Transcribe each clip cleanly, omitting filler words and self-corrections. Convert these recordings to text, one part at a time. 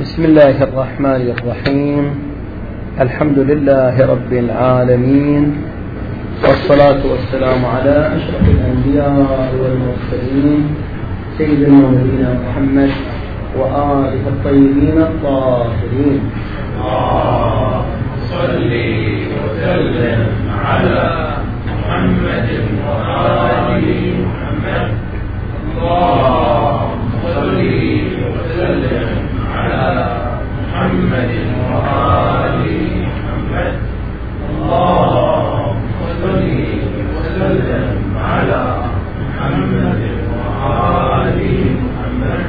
بسم الله الرحمن الرحيم. الحمد لله رب العالمين، والصلاة والسلام على أشرف الأنبياء والمرسلين سيدنا ونبينا محمد وآله الطيبين الطاهرين. اللهم صل وسلم على محمد وآل محمد. اللهم صل وسلم على محمد وآل محمد. اللهم صل وسلم على محمد وآل محمد.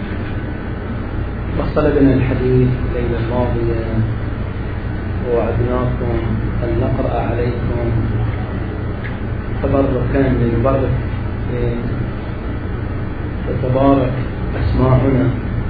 وصل بنا الحديث الليلة الماضية ووعدناكم أن نقرأ عليكم تبركا لنبرك وتبارك أسماعنا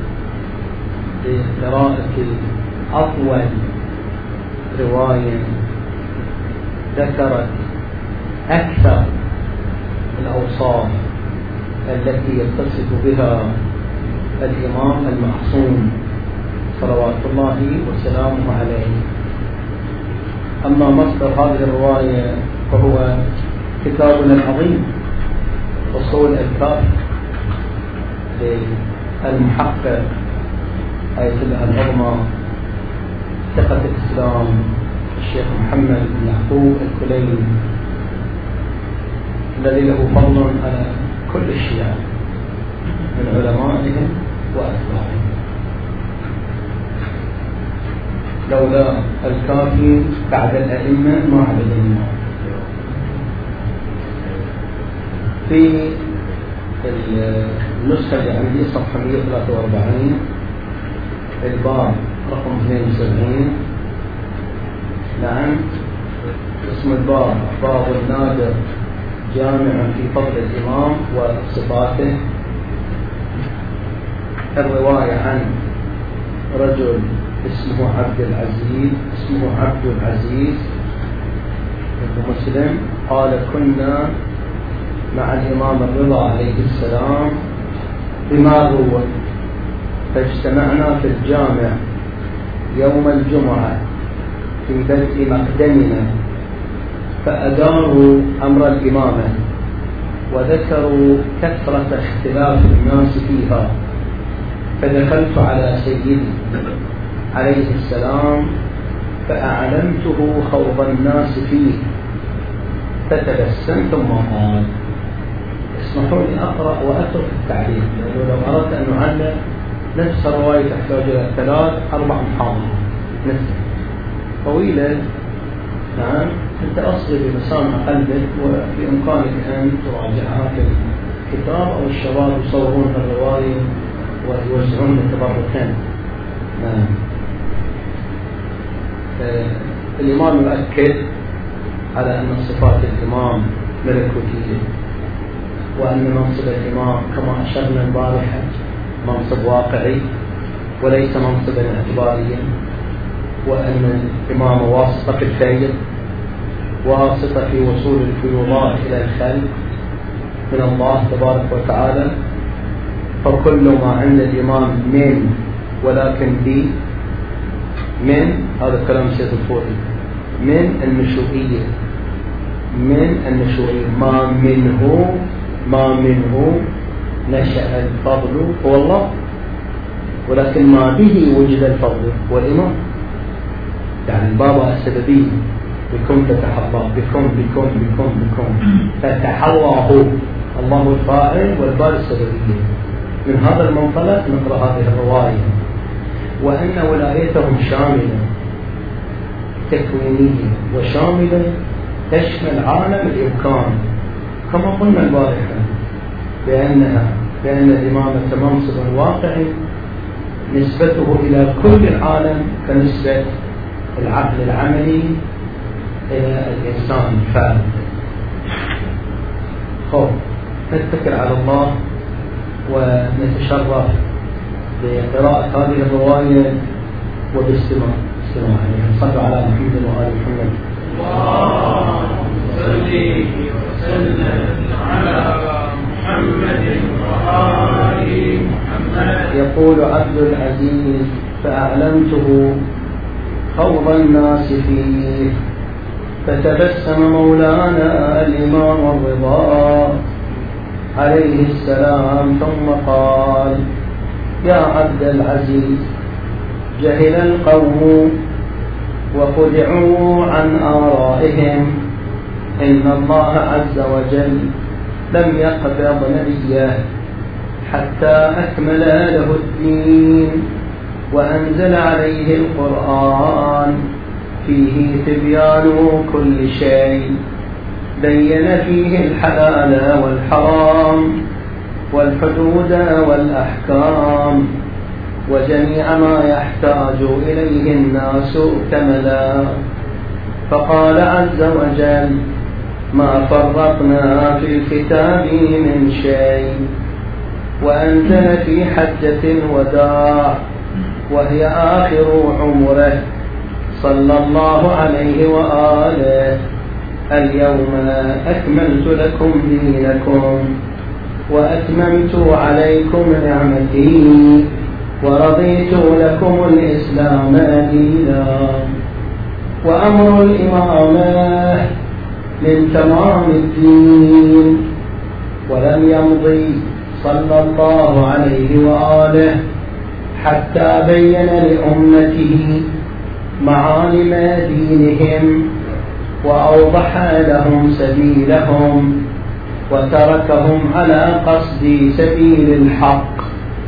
لقراءة أطول رواية ذكرت أكثر الأوصاف التي يتصف بها الإمام المعصوم صلوات الله وسلامه عليه. أما مصدر هذه الرواية فهو كتابنا العظيم أصول الكافي للمحقق آية الله العظمى ثقة الإسلام الشيخ محمد بن يعقوب الكليني، الذي له فضل على كل الشيعة من علمائهم وأتباعهم. لولا الكافي بعد الأئمة ما عبدنا. في النسخة اللي عندي صفحة 143 الباب رقم 72. نعم، اسم الباب باب النادر جامع في فضل الإمام وصفاته. الرواية عن رجل اسمه عبد العزيز ابن مسلم قال: كنا مع الإمام الرضا عليه السلام بماروة، فاجتمعنا في الجامع يوم الجمعة في بدء مقدمنا، فأداروا أمر الإمامة وذكروا كثرة اختلاف الناس فيها، فدخلت على سيدي عليه السلام فأعلمته خوض الناس فيه، فتبسم ثم قال: اسمحوا لي أقرأ وأترك التعليق، لأنه لو أردت أن نعلق نفس الرواية تحتاج إلى 3-4 محاضرات نفسها طويلة. نعم، أنت أصغي بمسامع قلبك وبإمكانك أن تراجعها في الكتاب، أو الشباب يصورون الرواية ويوزعون التبركين. نعم. الإمام يؤكد على أن صفات الإمام ملكوتية، وأن منصب الإمام كما أشرنا البارحة منصب واقعي وليس منصبا اعتباريا، وأن الإمام واسطة في الخير، واسطة في وصول الفيوضات إلى الخلق من الله تبارك وتعالى. فكل ما عند الإمام من ولكن بي من، هذا كلام سيد الفوري، من النشوئية ما منه نشأ الفضل هو الله، ولكن ما به وجد الفضل هو الإمام. يعني البابا السببية بكم تتحضر، بكم فتحوى هو الله الفاعل والباب السببية. من هذا المنطلق نقرأ هذه الرواية، وأن ولايتهم شاملة تكوينية وشاملة تشمل عالم الإمكان، كما قلنا البارحة بأن الإمامة منصب واقعي نسبته إلى كل العالم كنسبة العقل العملي إلى الإنسان الفارغ. نتكل على الله ونتشرف بقراءة هذه الرواية وبالاستماع عليها. صلوا على محمد وآل محمد. اللهم صل وسلم على محمد وآل محمد. يقول عبد العزيز فأعلمته خوض الناس فيه، فتبسم مولانا الإمام الرضا عليه السلام ثم قال: يا عبد العزيز، جهل القوم وخدعوا عن آرائهم، إن الله عز وجل لم يقبض نبيه حتى أكمل له الدين وأنزل عليه القرآن فيه تبيان كل شيء، بين فيه الحلال والحرام والحدود والأحكام وجميع ما يحتاج إليه الناس كملا. فقال عز وجل: ما فرطنا في الكتاب من شيء. وأنزل في حجة الوداع وهي آخر عمره صلى الله عليه وآله: اليوم أكملت لكم دينكم وأتممت عليكم نعمتي ورضيت لكم الإسلام دينا. وأمر الإمامة من تمام الدين. ولم يمضي صلى الله عليه وآله حتى بين لأمته معالم دينهم وأوضح لهم سبيلهم وتركهم على قصد سبيل الحق،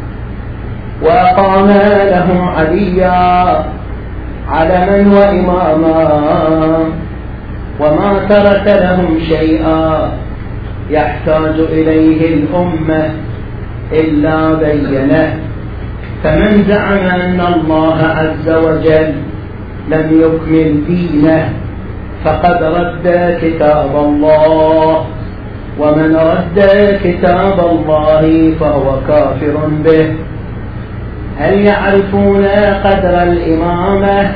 وأقام لهم عليا علما وإماما، وما ترك لهم شيئا يحتاج إليه الأمة إلا بينه. فمن زعم أن الله عز وجل لم يكمل دينه فقد رد كتاب الله، ومن رد كتاب الله فهو كافر به. هل يعرفون قدر الإمامة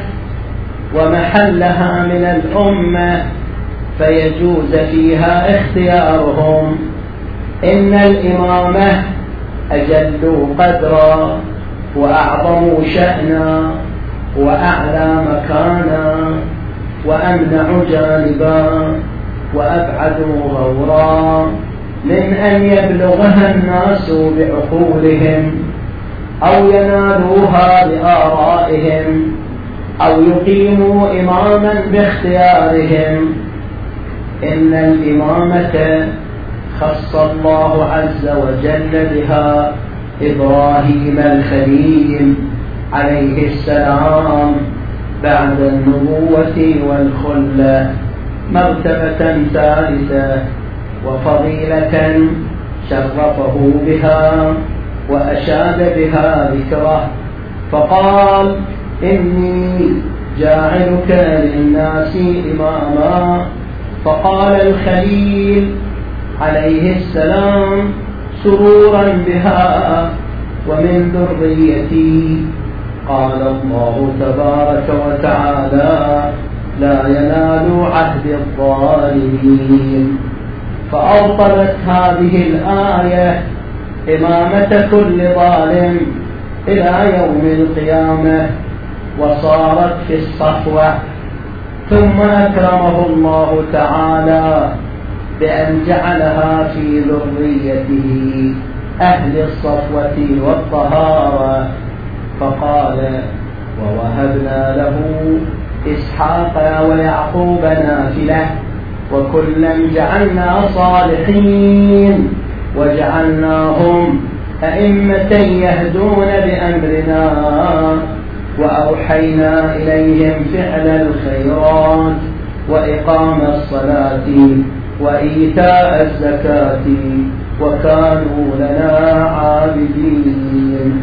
ومحلها من الأمة فيجوز فيها اختيارهم؟ إن الإمامة أجل قدرا وأعظم شأنا وأعلى مكانا وأمنع جانبا وأبعد غورا من أن يبلغها الناس بعقولهم أو ينالوها بآرائهم أو يقيموا إماما باختيارهم. إن الإمامة خص الله عز وجل بها إبراهيم الخليل عليه السلام بعد النبوة والخلة مرتبة ثالثة وفضيلة شرفه بها وأشاد بها ذكره، فقال: إني جاعلك للناس إماما. فقال الخليل عليه السلام سرورا بها: ومن ذريتي. قال الله تبارك وتعالى: لا ينال عهد الظالمين. فأوصلت هذه الآية إمامة كل ظالم إلى يوم القيامة، وصارت في الصفوة. ثم أكرمه الله تعالى بأن جعلها في ذريته أهل الصفوة والطهارة، فقال: ووهبنا له إسحاق ويعقوب نافلة وكلا جعلنا صالحين وجعلناهم أئمة يهدون بأمرنا وأوحينا إليهم فعل الخيرات وإقام الصلاة وإيتاء الزكاة وكانوا لنا عابدين.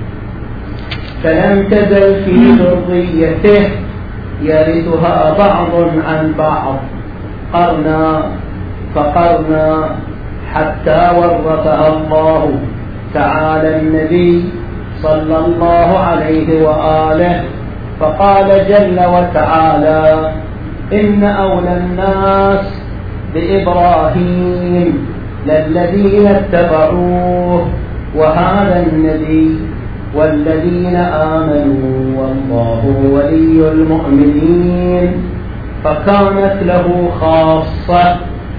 فلم تزل في ذريته يرثها بعض عن بعض قرنا فقرنا حتى ورثها الله تعالى النبي صلى الله عليه وآله، فقال جل وتعالى: إن أولى الناس بإبراهيم للذين اتبعوه وهذا النبي والذين آمنوا والله ولي المؤمنين، فكانت له خاصة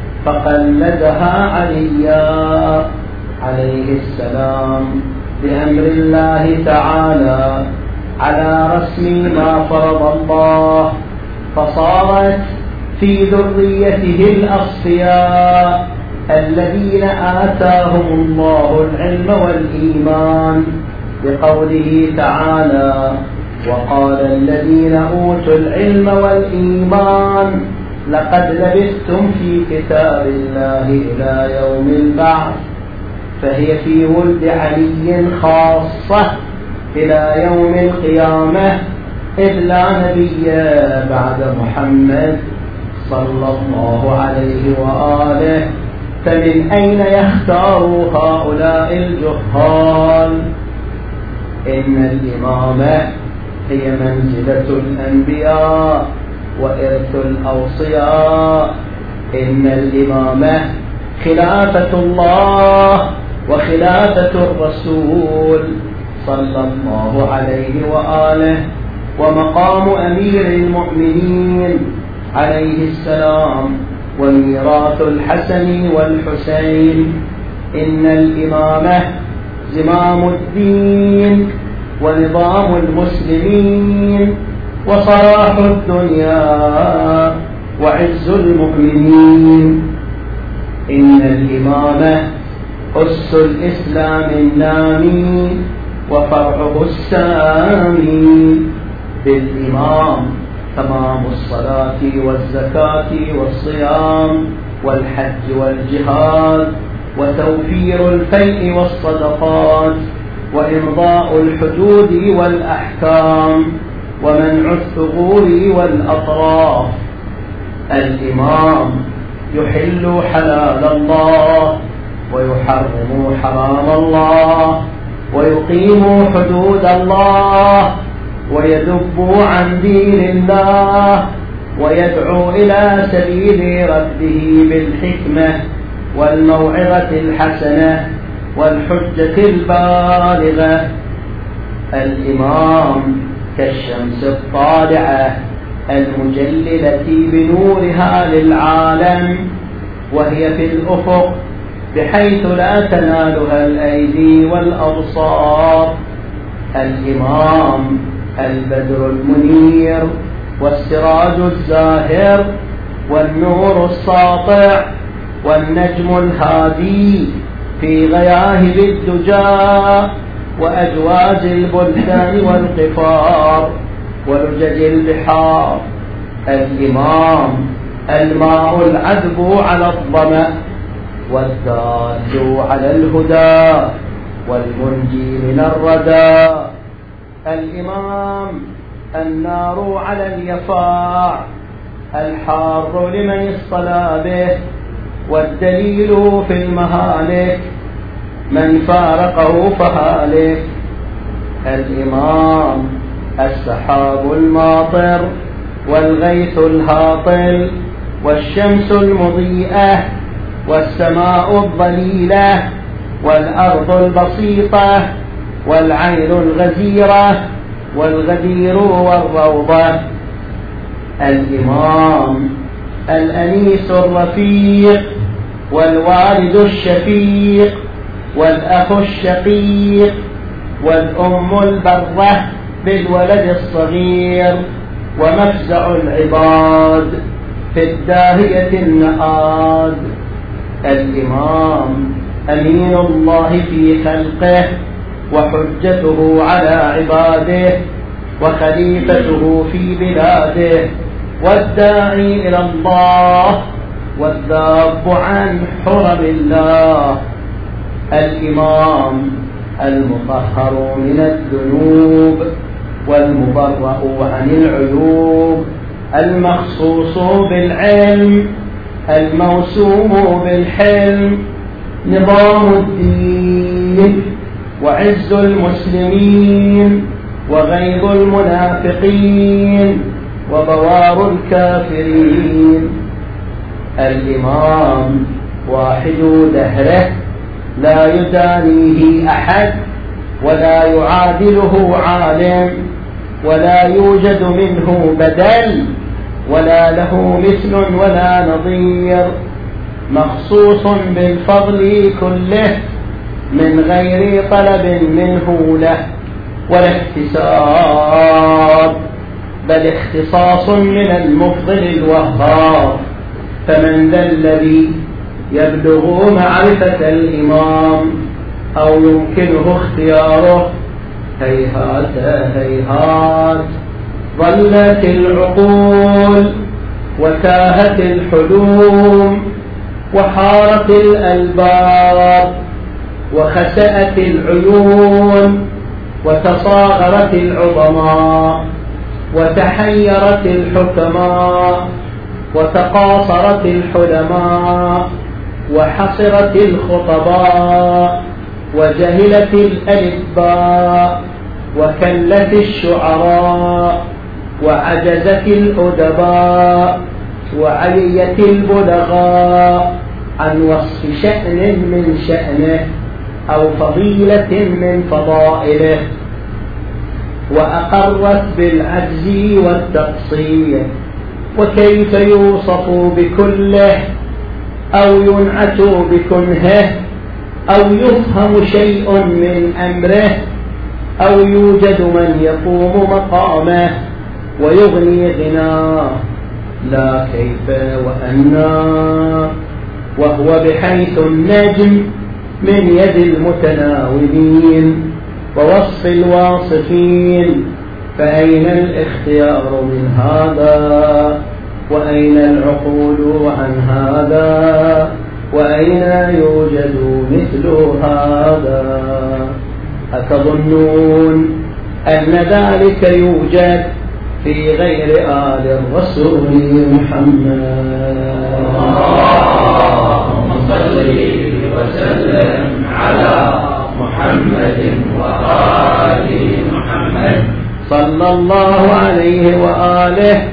فقلدها عليا عليه السلام بأمر الله تعالى على رسم ما فرض الله، فصارت في ذريته الأصفياء الذين آتاهم الله العلم والإيمان، بقوله تعالى: وقال الذين أوتوا العلم والإيمان لقد لبثتم في كتاب الله إلى يوم البعث. فهي في ولد علي خاصة إلى يوم القيامة، إذ لا نبي بعد محمد صلى الله عليه وآله، فمن أين يختار هؤلاء الجهال؟ إن الإمامة هي منزلة الأنبياء وإرث الأوصياء. إن الإمامة خلافة الله وخلافة الرسول صلى الله عليه وآله، ومقام أمير المؤمنين عليه السلام، وميراث الحسن والحسين. إن الإمامة زمام الدين ونظام المسلمين وصلاح الدنيا وعز المؤمنين. إن الإمامة أس الإسلام النامي وفرعه السامي. بالإمام تمام الصلاة والزكاة والصيام والحج والجهاد، وتوفير الفيء والصدقات، وإمضاء الحدود والأحكام، ومنع الثغور والأطراف. الإمام يحل حلال الله ويحرم حرام الله، ويقيم حدود الله، ويدب عن دين الله، ويدعو إلى سبيل رده بالحكمة والموعظة الحسنة والحجة البالغة. الإمام كالشمس الطالعة المجللة بنورها للعالم، وهي في الأفق بحيث لا تنالها الأيدي والأبصار. الإمام البدر المنير والسراج الزاهر والنور الساطع والنجم الهادي في غياهب الدجى وأجواز البلدان والقفار ولجج البحار. الإمام الماء العذب على الظمأ والدال على الهدى والمنجي من الردى. الإمام النار على اليفاع الحار لمن اصطلى به، والدليل في المهالك من فارقه فهالك. الإمام السحاب الماطر والغيث الهاطل والشمس المضيئة والسماء الظليلة والأرض البسيطة والعين الغزيرة والغدير والروضة. الإمام الأنيس الرفيق والوالد الشفيق والأخ الشقيق والأم البرة بالولد الصغير، ومفزع العباد في الداهية النآد. الإمام أمين الله في خلقه وحجته على عباده وخليفته في بلاده، والداعي إلى الله والذاب عن حرم الله. الإمام المطهر من الذنوب والمبرأ عن العيوب، المخصوص بالعلم الموسوم بالحلم، نظام الدين وعز المسلمين وغيظ المنافقين وبوار الكافرين. الإمام واحد دهره لا يدانيه أحد، ولا يعادله عالم ولا يوجد منه بدل ولا له مثل ولا نظير، مخصوص بالفضل كله من غير طلب منه له ولا اكتساب، بل اختصاص من المفضل الوهاب. فمن ذا الذي يبلغ معرفة الإمام أو يمكنه اختياره؟ هيهات هيهات، ضلت العقول وتاهت الحلوم وحارت الألباب وخسأت العيون وتصاغرت العظماء وتحيرت الحكماء وتقاصرت الحلماء وحصرت الخطباء وجهلت الألباء وكلت الشعراء وعجزت الأدباء وعليت البلغاء عن وصف شأن من شأنه أو فضيلة من فضائله، وأقرت بالعجز والتقصير. وكيف يوصف بكله أو ينعت بكنهه أو يفهم شيء من أمره أو يوجد من يقوم مقامه ويغني غناه؟ لا كيف وأنا، وهو بحيث النجم من يد المتناولين ووصف الواصفين. فأين الاختيار من هذا؟ وأين العقول عن هذا؟ وأين يوجد مثل هذا؟ أتظنون أن ذلك يوجد في غير آل الرسول محمد؟ اللهم صل وسلم على محمد وآل محمد صلى الله عليه وآله.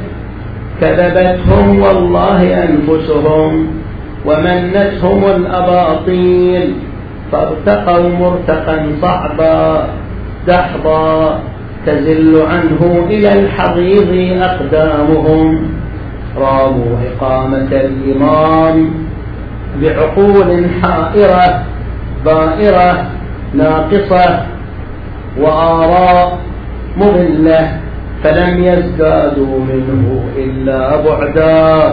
كذبتهم والله أنفسهم ومنتهم الأباطيل، فارتقوا مرتقا صعبا دحضا تزل عنه إلى الحضيض أقدامهم. راموا إقامة الإمام بعقول حائرة بائرة ناقصة وآراء مضلة، فلم يزدادوا منه إلا بعدا.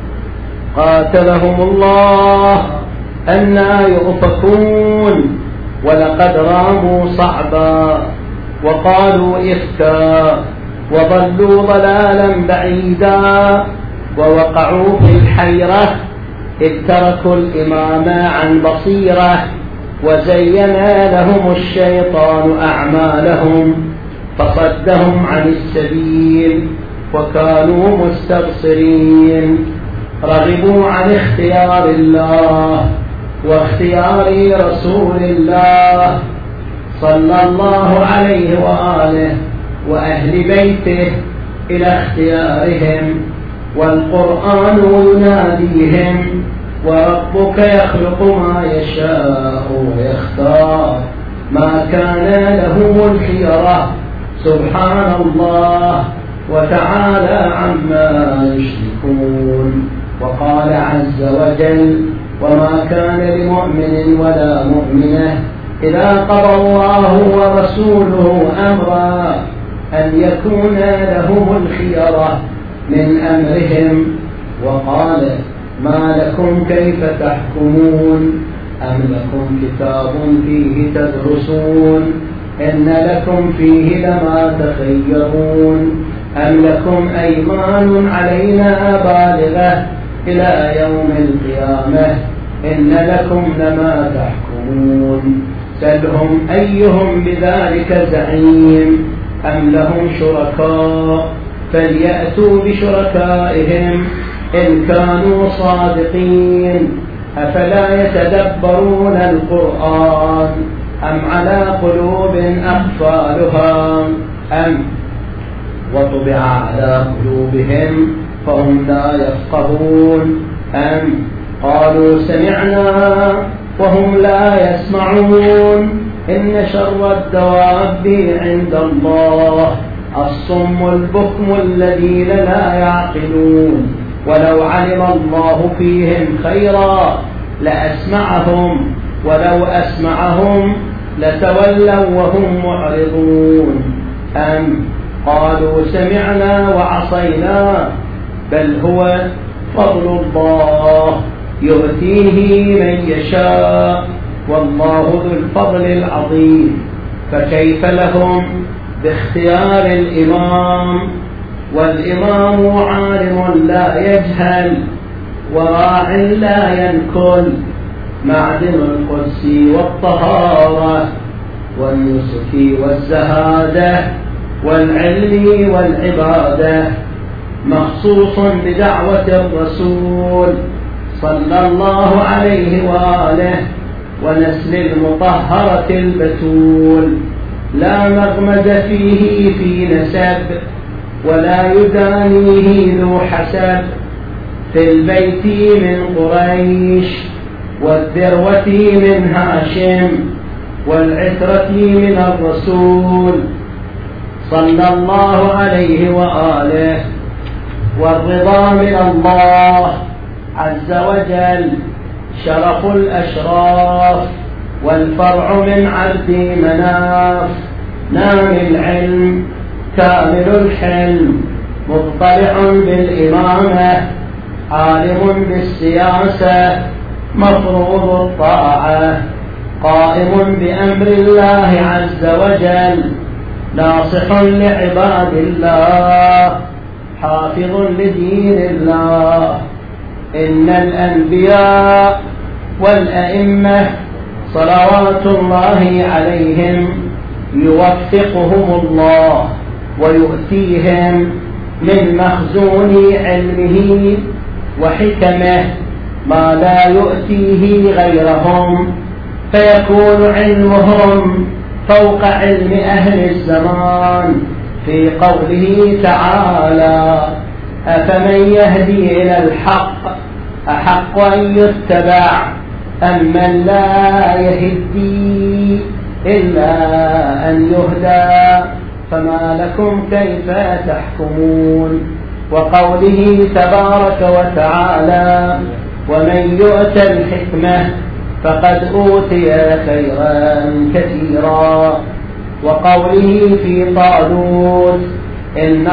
قاتلهم الله أنى يؤفكون، ولقد راموا صعبا وقالوا إفكا وضلوا ضلالا بعيدا ووقعوا في الحيرة، إذ تركوا الإمام عن بصيرة وزين لهم الشيطان أعمالهم فصدهم عن السبيل وكانوا مستبصرين. رغبوا عن اختيار الله واختيار رسول الله صلى الله عليه وآله وأهل بيته إلى اختيارهم، والقرآن يناديهم وربك يخلق ما يشاء ويختار ما كان لهم الخيرة سبحان الله وتعالى عما يشركون. وقال عز وجل: وما كان لمؤمن ولا مؤمنة إذا قضى الله ورسوله أمرا أن يكون لهم الخيرة من أمرهم. وقال: ما لكم كيف تحكمون أم لكم كتاب فيه تدرسون إن لكم فيه لما تخيرون أم لكم أيمان علينا بالغة إلى يوم القيامة إن لكم لما تحكمون. سلهم أيهم بذلك زعيم أم لهم شركاء فليأتوا بشركائهم إن كانوا صادقين. أفلا يتدبرون القرآن أم على قلوب أقفالها أم وطبع على قلوبهم فهم لا يفقهون أم قالوا سمعنا وهم لا يسمعون. إن شر الدواب عند الله الصم البكم الذين لا يعقلون ولو علم الله فيهم خيرا لأسمعهم ولو أسمعهم لتولوا وهم معرضون أم قالوا سمعنا وعصينا بل هو فضل الله يؤتيه من يشاء والله ذو الفضل العظيم. فكيف لهم باختيار الإمام والإمام عالم لا يجهل وراع لا ينكل معدن القدس والطهارة والنسك والزهادة والعلم والعبادة مخصوص بدعوة الرسول صلى الله عليه وآله ونسل المطهرة البتول لا مغمز فيه في نسب ولا يدانيه ذو حسب في البيت من قريش والذروة من هاشم والعترة من الرسول صلى الله عليه وآله والرضا من الله عز وجل شرف الأشراف والفرع من عبد مناف نام العلم كامل الحلم مطلع بالإمامة عالم بالسياسة مفروض الطاعة قائم بأمر الله عز وجل ناصح لعباد الله حافظ لدين الله. إن الأنبياء والأئمة صلوات الله عليهم يوفقهم الله ويؤتيهم من مخزون علمه وحكمه ما لا يؤتيه غيرهم فيكون علمهم فوق علم أهل الزمان في قوله تعالى أفمن يهدي إلى الحق أحق أن يتبع أم من لا يهدي إلا أن يهدى فما لكم كيف تحكمون. وقوله تبارك وتعالى ومن يؤت الحكمة فقد أوتي خيرا كثيرا. وقوله في طالوت إن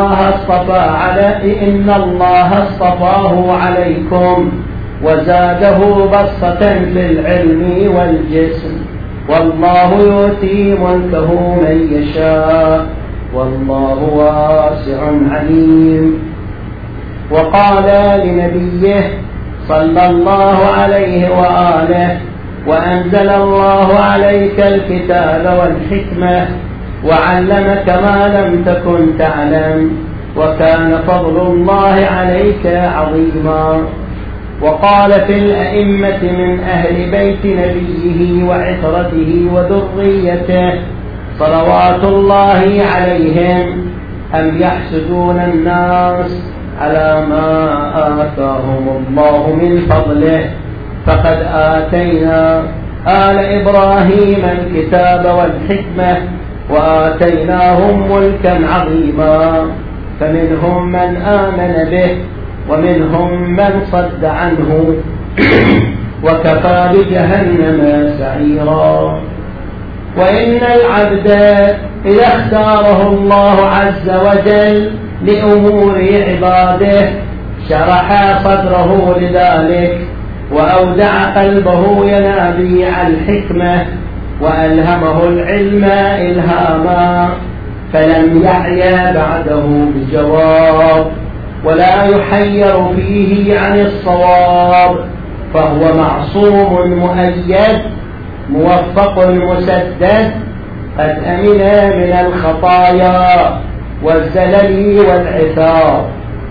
الله اصطفاه عليكم وزاده بسطة في العلم والجسم والله يؤتي ملكه من يشاء والله واسع عليم. وقال لنبيه صلى الله عليه وآله وأنزل الله عليك الكتاب والحكمة وعلمك ما لم تكن تعلم وكان فضل الله عليك عظيما. وقال في الأئمة من أهل بيت نبيه وعترته وذريته صلوات الله عليهم أم يحسدون الناس على ما آتاهم الله من فضله فقد آتينا آل إبراهيم الكتاب والحكمة وآتيناهم ملكا عظيما فمنهم من آمن به ومنهم من صد عنه وكفى بجهنم سعيرا. وإن العبد إذا اختاره الله عز وجل لأمور عباده شرح صدره لذلك وأودع قلبه ينابيع الحكمة وألهمه العلم إلهاما فلم يعي بعده بجواب ولا يحير فيه عن الصواب فهو معصوم مؤيد موفق مسدد قد أمن من الخطايا والزلل والعثار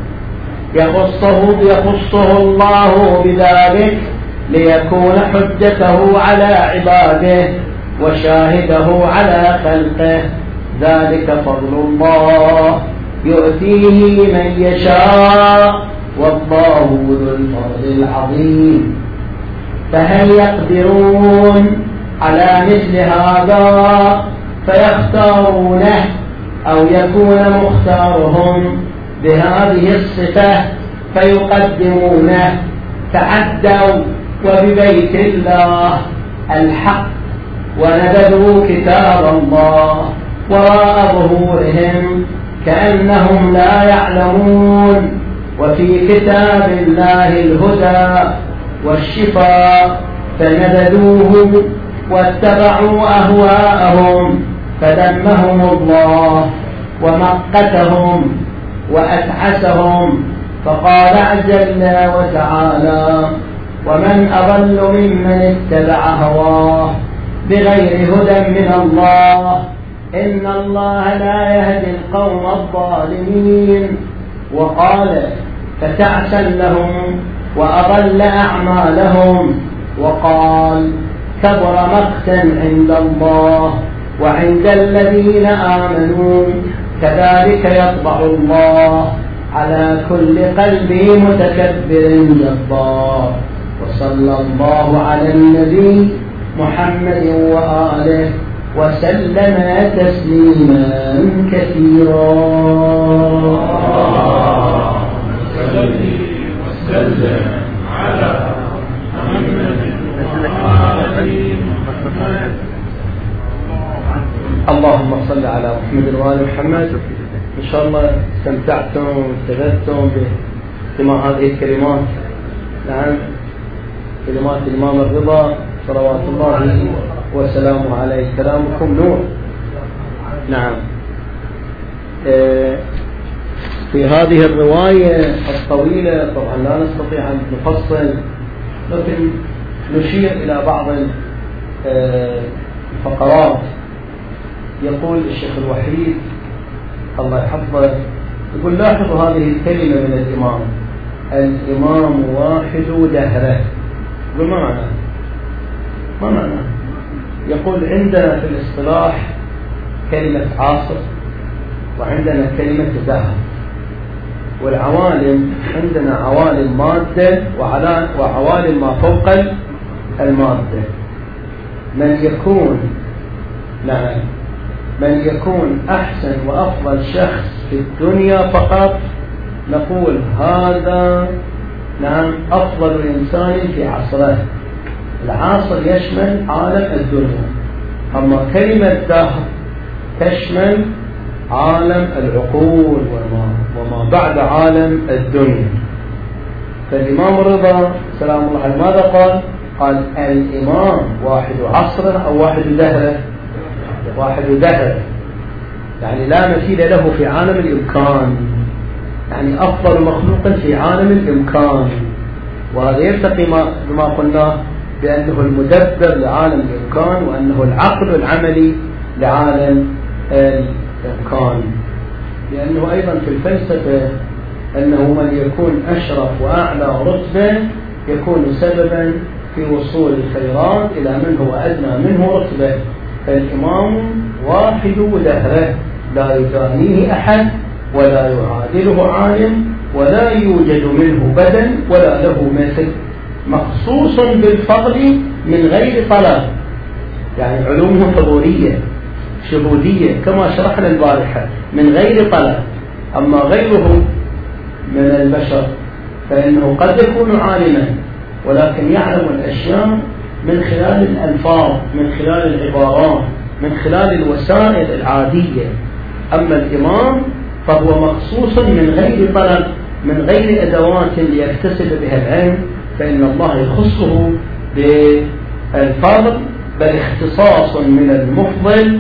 يخصه الله بذلك ليكون حجته على عباده وشاهده على خلقه ذلك فضل الله يؤتيه من يشاء والله ذو الفضل العظيم. فهل يقدرون على مثل هذا فيختارونه أو يكون مختارهم بهذه الصفة فيقدمونه. تعدوا وببيت الله الحق ونبذوا كتاب الله وراء ظهورهم كأنهم لا يعلمون، وفي كتاب الله الهدى والشفاء فنبذوه واتبعوا أهواءهم فذمهم الله ومقتهم وأتعسهم، فقال جل وتعالى: ومن أضل ممن اتبع هواه بغير هدى من الله إن الله لا يهدي القوم الظالمين. وقال: فتعسا لهم وأضل أعمالهم. وقال: كبر مقتا عند الله وعند الذين آمنوا كذلك يطبع الله على كل قلب متكبر جبار. وصلى الله على النبي محمد وآله وسلم تسليما كثيرا. وسلم على محمد وآله محمد. اللهم صل على محمد وآل محمد. إن شاء الله استمتعتم واستفدتم باستماع هذه الكلمات. نعم، كلمات الإمام الرضا صلوات الله وسلامه عليه. كلامكم نور. نعم. في هذه الرواية الطويلة طبعا لا نستطيع أن نفصل، لكن نشير إلى بعض الفقرات. يقول الشيخ الوحيد الله يحفظه، يقول: لاحظوا هذه الكلمة من الإمام: الإمام واحد دهره. يقول: ما معناه؟ ما معناه؟ يقول: عندنا في الاصطلاح كلمة عاصر، وعندنا كلمة دهر، والعوالم عندنا عوالم مادة وعوالم ما فوق المادة. من يكون أحسن وأفضل شخص في الدنيا فقط نقول هذا أفضل إنسان في عصره. العاصر يشمل عالم الدنيا، أما كلمة دهر تشمل عالم العقول وما بعد عالم الدنيا. فالإمام الرضا سلام الله عليه ماذا قال؟ قال: الإمام واحد عصره أو واحد دهره. واحد دهره يعني لا مثيل له في عالم الإمكان، يعني أفضل مخلوق في عالم الإمكان. وهذا يرتقي بما قلناه بأنه المدبر لعالم الإمكان، وأنه العقل العملي لعالم الإمكان. لأنه أيضا في الفلسفة أنه من يكون أشرف وأعلى رتبة يكون سببا في وصول الخيرات إلى من هو أدنى منه رتبة. فالإمام واحد دهره لا يدانيه أحد ولا يعادله عالم ولا يوجد منه بدل ولا له مثل، مخصوص بالفضل من غير طلب، يعني علومه حضورية شهودية كما شرحنا البارحة من غير طلب. أما غيره من البشر فإنه قد يكون عالما ولكن يعلم الأشياء من خلال الألفاظ، من خلال العبارات، من خلال الوسائل العادية. أما الإمام فهو مخصوص من غير طلب، من غير أدوات ليكتسب بها العلم، فإن الله يخصه بالفضل، بل اختصاص من المفضل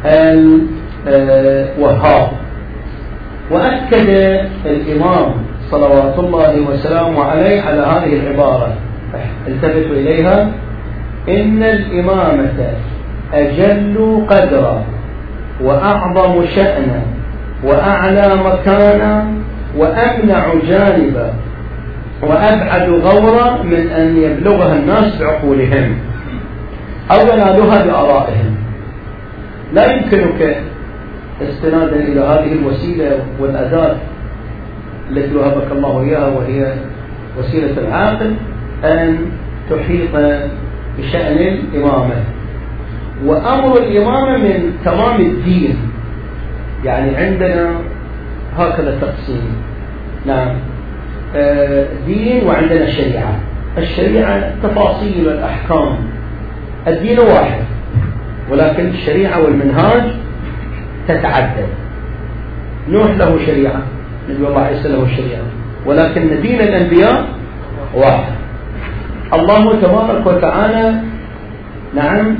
الوهاب. وأكد الإمام صلوات الله وسلامه عليه على هذه العبارة، التفتوا إليها: إن الإمامة أجل قدرا وأعظم شأنا وأعلى مكانا وأمنع جانبا وأبعد غورا من أن يبلغها الناس بعقولهم أو ينالها بآرائهم. لا يمكنك استنادا إلى هذه الوسيلة والأداة التي وهبك الله إياها وهي وسيلة العاقل أن تحيط بشأن الإمامة. وأمر الإمامة من تمام الدين. يعني عندنا هكذا تقسيم. نعم، دين وعندنا شريعة. الشريعة تفاصيل الأحكام، الدين واحد ولكن الشريعة والمنهاج تتعدد. نوح له شريعة، نبي الله عيسى له شريعة، ولكن دين الأنبياء واحد. الله تبارك وتعالى نعم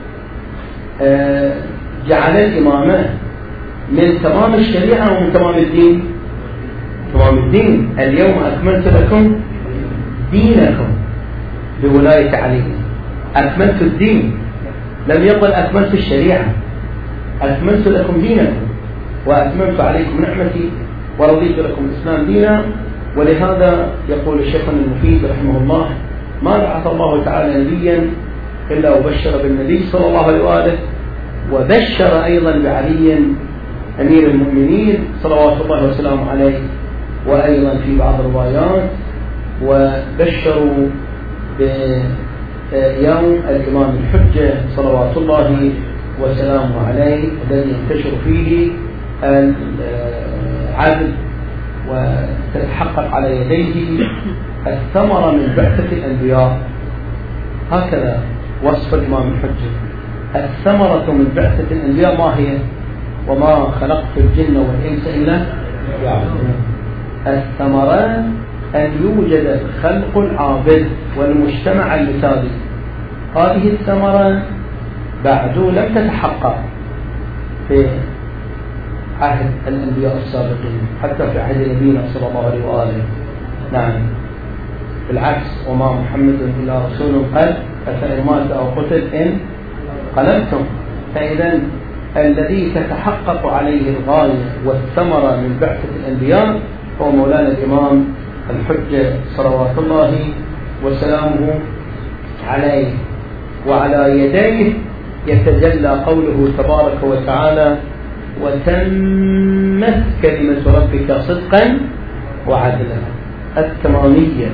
جعل الإمامة من تمام الشريعة ومن تمام الدين. تمام الدين، اليوم أكملت لكم دينكم بولاية علي. أكملت الدين، لم يقل أكملت الشريعة، أكملت لكم دينكم وأتممت عليكم نعمتي ورضيت لكم الإسلام دينا. ولهذا يقول الشيخ المفيد رحمه الله: ما بعث الله تعالى نبيا إلا وبشر بالنبي صلى الله عليه وآله، وبشر أيضا بعلي أمير المؤمنين صلوات الله وسلامه عليه، وأيضا في بعض الروايات وبشروا بيوم الإمام الحجة صلوات الله وسلامه عليه الذي ينتشر فيه العدل وتتحقق على يديه الثمرة من بعثة الأنبياء. هكذا وصف الإمام الحجة: الثمرة من بعثة الأنبياء ما هي؟ وما خلقت الجن والإنس إلا يعبدون. الثمرة أن يوجد الخلق العابد والمجتمع المثالي. هذه الثمرة بعد لم تتحقق في عهد الأنبياء السابقين، حتى في عهد نبينا صلى الله عليه وآله. نعم، بالعكس: وما محمد إلا رسول قد أفإن مات أو قتل إن قلبتم. فإذا الذي تتحقق عليه الغاية والثمرة من بعثة الأنبياء هو مولانا الإمام الحجة صلوات الله وسلامه عليه، وعلى يديه يتجلى قوله تبارك وتعالى: وتمت كلمة ربك صدقا وعدلا. التمامية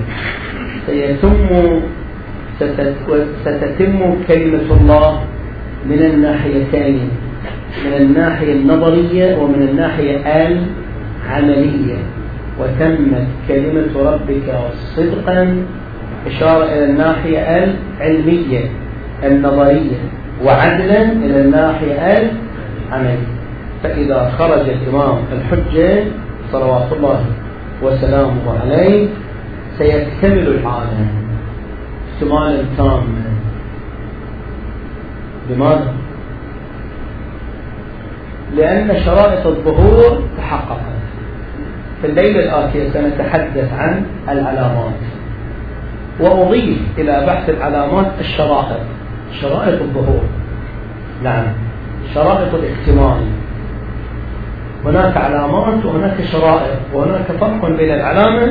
ستتم كلمة الله من الناحيتين، من الناحية النظرية ومن الناحية العملية. وتمت كلمة ربك صدقا إشارة إلى الناحية العلمية النظرية، وعدلا إلى الناحية العملية. فإذا خرج الإمام الحجة صلوات الله وسلامه عليه سيكتمل العالم اكتمالا تاما. لماذا؟ لأن شرائط الظهور تحققت. في الليلة الآتية سنتحدث عن العلامات، وأضيف إلى بحث العلامات الشرائط، شرائط الظهور. نعم، شرائط الاكتمال. هناك علامات وهناك شرائط، وهناك فرق بين العلامة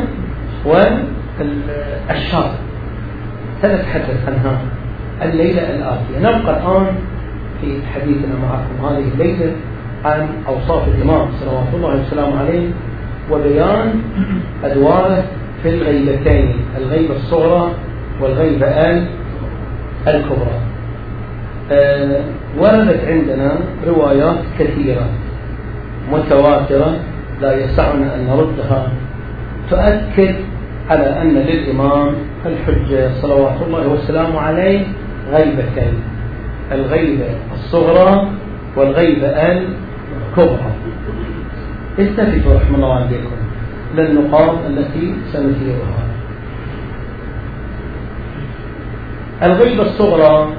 والشرط. سنتحدث عنها الليلة الآتية. نبقى الآن في حديثنا معكم هذه الليلة عن أوصاف الإمام صلوات الله وسلامه عليه وبيان أدواره في الغيبتين، الغيبة الصغرى والغيبة الكبرى. وردت عندنا روايات كثيرة متواترة لا يسعنا أن نردها تؤكد على أن للإمام الحجة صلوات الله وسلامه عليه غيبتين، الغيبة الصغرى والغيبة الكبرى. التفتوا رحمه الله عليكم للنقاط التي سنثيرها. الغيبة الصغرى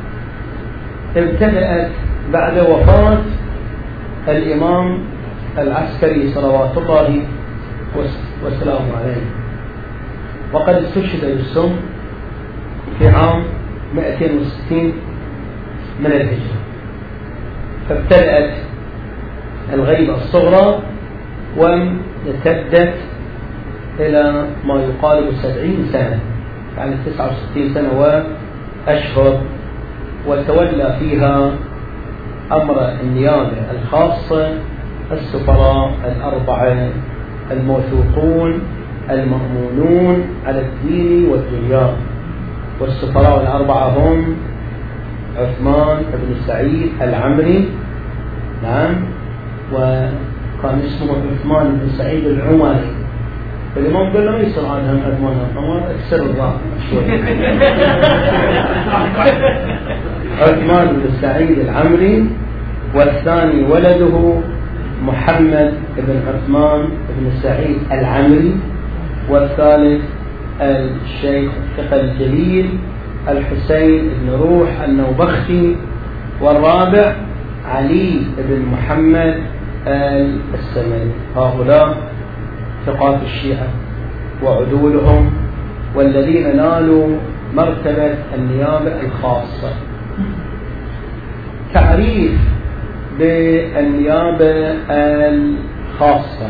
ابتدأت بعد وفاة الإمام العسكري صلوات الله وسلامه عليه، وقد استشهد بالسم في عام 260 من الهجرة. فابتدأت الغيبة الصغرى وامتدت إلى ما يقارب 70 سنة، يعني 69 سنة وأشهر، وتولى فيها أمر النيابة الخاصة السفراء الأربعة الموثوقون المأمونون على الدين والدنيا. والسفراء الأربعة هم عثمان بن سعيد العمري. نعم. وكان اسمه عثمان بن سعيد العمري. فالإمام قال له ما يصير عنها عثمان اكسر الراء شوي. عثمان بن سعيد العمري، والثاني ولده محمد بن عثمان بن سعيد العمري، والثالث الشيخ الثقة الجليل الحسين بن روح النوبختي، والرابع علي بن محمد السمري. هؤلاء ثقات الشيعة وعدولهم، والذين نالوا مرتبة النيابة الخاصة. تعريف بالنيابة الخاصة: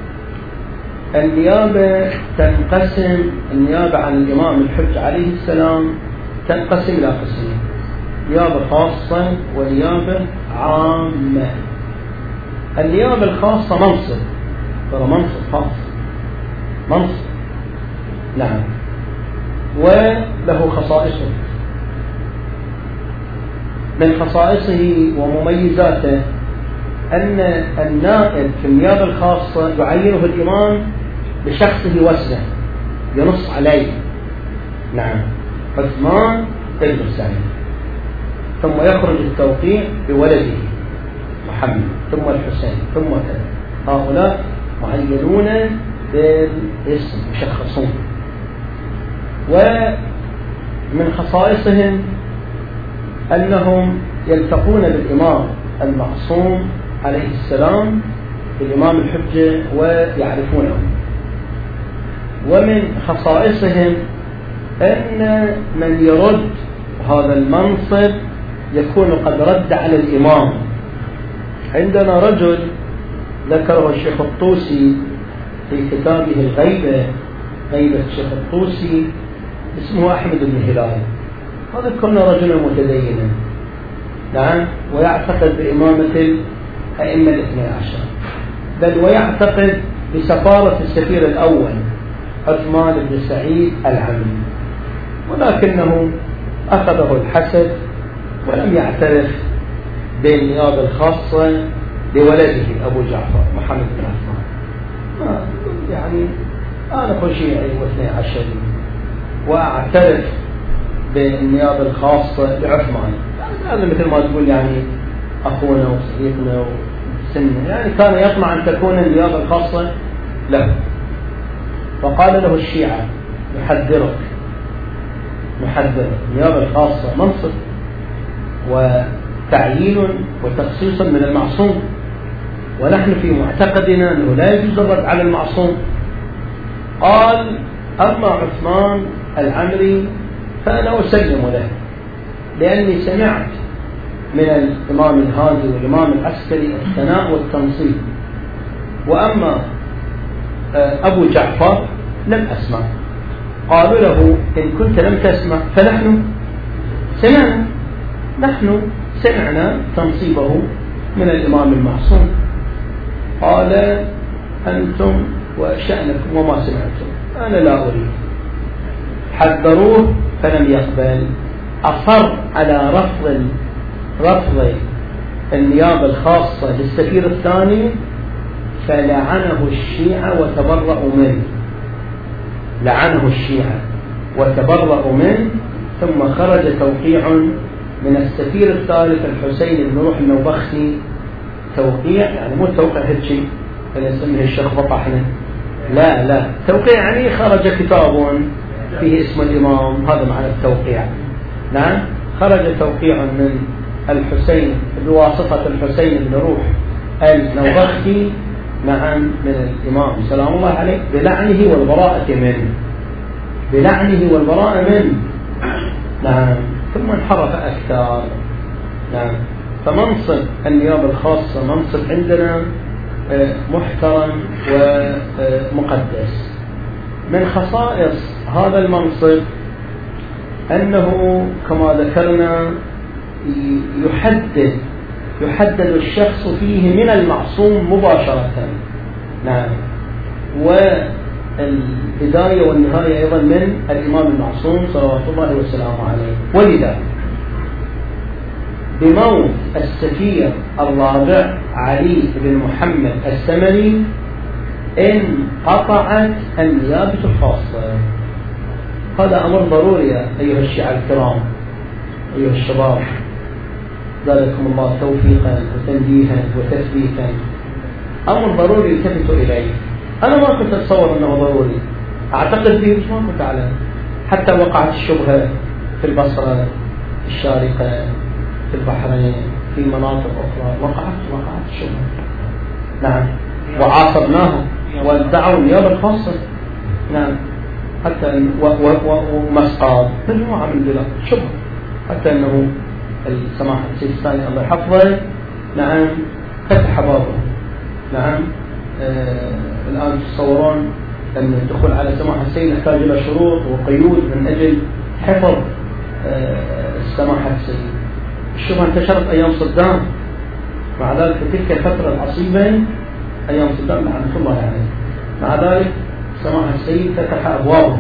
النيابة تنقسم، النيابة عن الإمام الحجة عليه السلام تنقسم إلى قسمين: نيابة خاصة ونيابة عامة. النيابة الخاصة منصب، ترى منصب خاص، منصب. نعم. وله خصائصه. من خصائصه ومميزاته أن النائب في النيابة الخاصة يعينه الإمام بشخصه واسمه، ينص عليه. نعم. عثمان بن سعيد، ثم يخرج التوقيع بولده محمد، ثم الحسين، ثم كذا. هؤلاء معينون بالاسم، مشخصون. ومن خصائصهم أنهم يلتقون بالإمام المعصوم عليه السلام، الإمام الحجة، ويعرفونه. ومن خصائصهم أن من يرد هذا المنصب يكون قد رد على الإمام. عندنا رجل ذكره الشيخ الطوسي في كتابه الغيبة، غيبة الشيخ الطوسي، اسمه أحمد بن هلال. هذا كان رجلا متدينا، نعم، ويعتقد بإمامة الأئمة الاثني عشر، بل ويعتقد بسفارة السفير الأول عثمان بن سعيد العمري، ولكنه أخذه الحسد ولم يعترف بالنيابة الخاصة لولده أبو جعفر محمد بن عثمان. يعني أنا شيعي واثني عشري وأعترف بالنيابة الخاصة لعثمان، هذا مثل ما تقول يعني أخونا وصديقنا وسنة، يعني كان يطمع أن تكون النيابة الخاصة له. فقال له الشيعة: نحذرك النيابة الخاصة منصب وتعيين وتخصيص من المعصوم، ونحن في معتقدنا أنه لا يجوز الرد على المعصوم. قال: أما عثمان العمري فأنا أسلم له، لأني سمعت من الإمام الهادي والإمام العسكري الثناء والتنصيب، وأما أبو جعفر لم أسمع. قالوا له: إن كنت لم تسمع فنحن سمعنا، نحن سمعنا تنصيبه من الإمام المعصوم. قال: أنتم وشأنكم وما سمعتم، أنا لا أريد. حذروه فلم يقبل، أصر على رفض النيابة الخاصة للسفير الثاني، فلعنه الشيعة وتبرأوا منه، لعنه الشيعة وتبرأوا منه. ثم خرج توقيع من السفير الثالث الحسين بن روح النوبختي، توقيع يعني مو توقيع هالشي اللي نسميه الشخبطة احنا، لا، توقيع يعني خرج كتاب فيه اسم الإمام، هذا معنى التوقيع. نعم، خرج توقيع من الحسين بواسطة الحسين بن روح النوبختي، نعم، من الإمام سلام الله عليه، بلعنه والبراءة منه، نعم. ثم انحرف أكثر. نعم. فمنصب النيابة الخاصة منصب عندنا محترم ومقدس. من خصائص هذا المنصب أنه كما ذكرنا يحدد الشخص فيه من المعصوم مباشرة، نعم، والبداية والنهاية أيضا من الإمام المعصوم صلوات الله وسلامه عليه. ولذا بموت السفير الرابع علي بن محمد السمري انقطعت النيابة الخاصة. هذا أمر ضروري يا أيها الشيعة الكرام، أيها الشباب، زادكم الله توفيقا وتنبيها وتثبيتا. أمر ضروري يلتفت إليه. أنا ما كنت أتصور أنه ضروري، أعتقد به بس ما كنت أعلم. حتى وقعت الشبهة في البصرة، في الشارقة، في البحرين، في مناطق أخرى وقعت الشبهة. نعم، وعاصرناهم وادعوا النيابة الخاصة. نعم، حتى ومسقط مجموعة من البلاد شبهة، حتى أنه السماحة السيستاني الله يحفظه نعم فتح بابه. نعم، الآن تصورون أن الدخول على سماحة السيد يحتاج إلى شروط وقيود من أجل حفظ السماحة السيد. الشبهة انتشرت أيام صدام، مع ذلك في تلك الفترة العصيبة أيام صدام لعنة الله عليه، مع ذلك سماحة السيد فتح أبوابه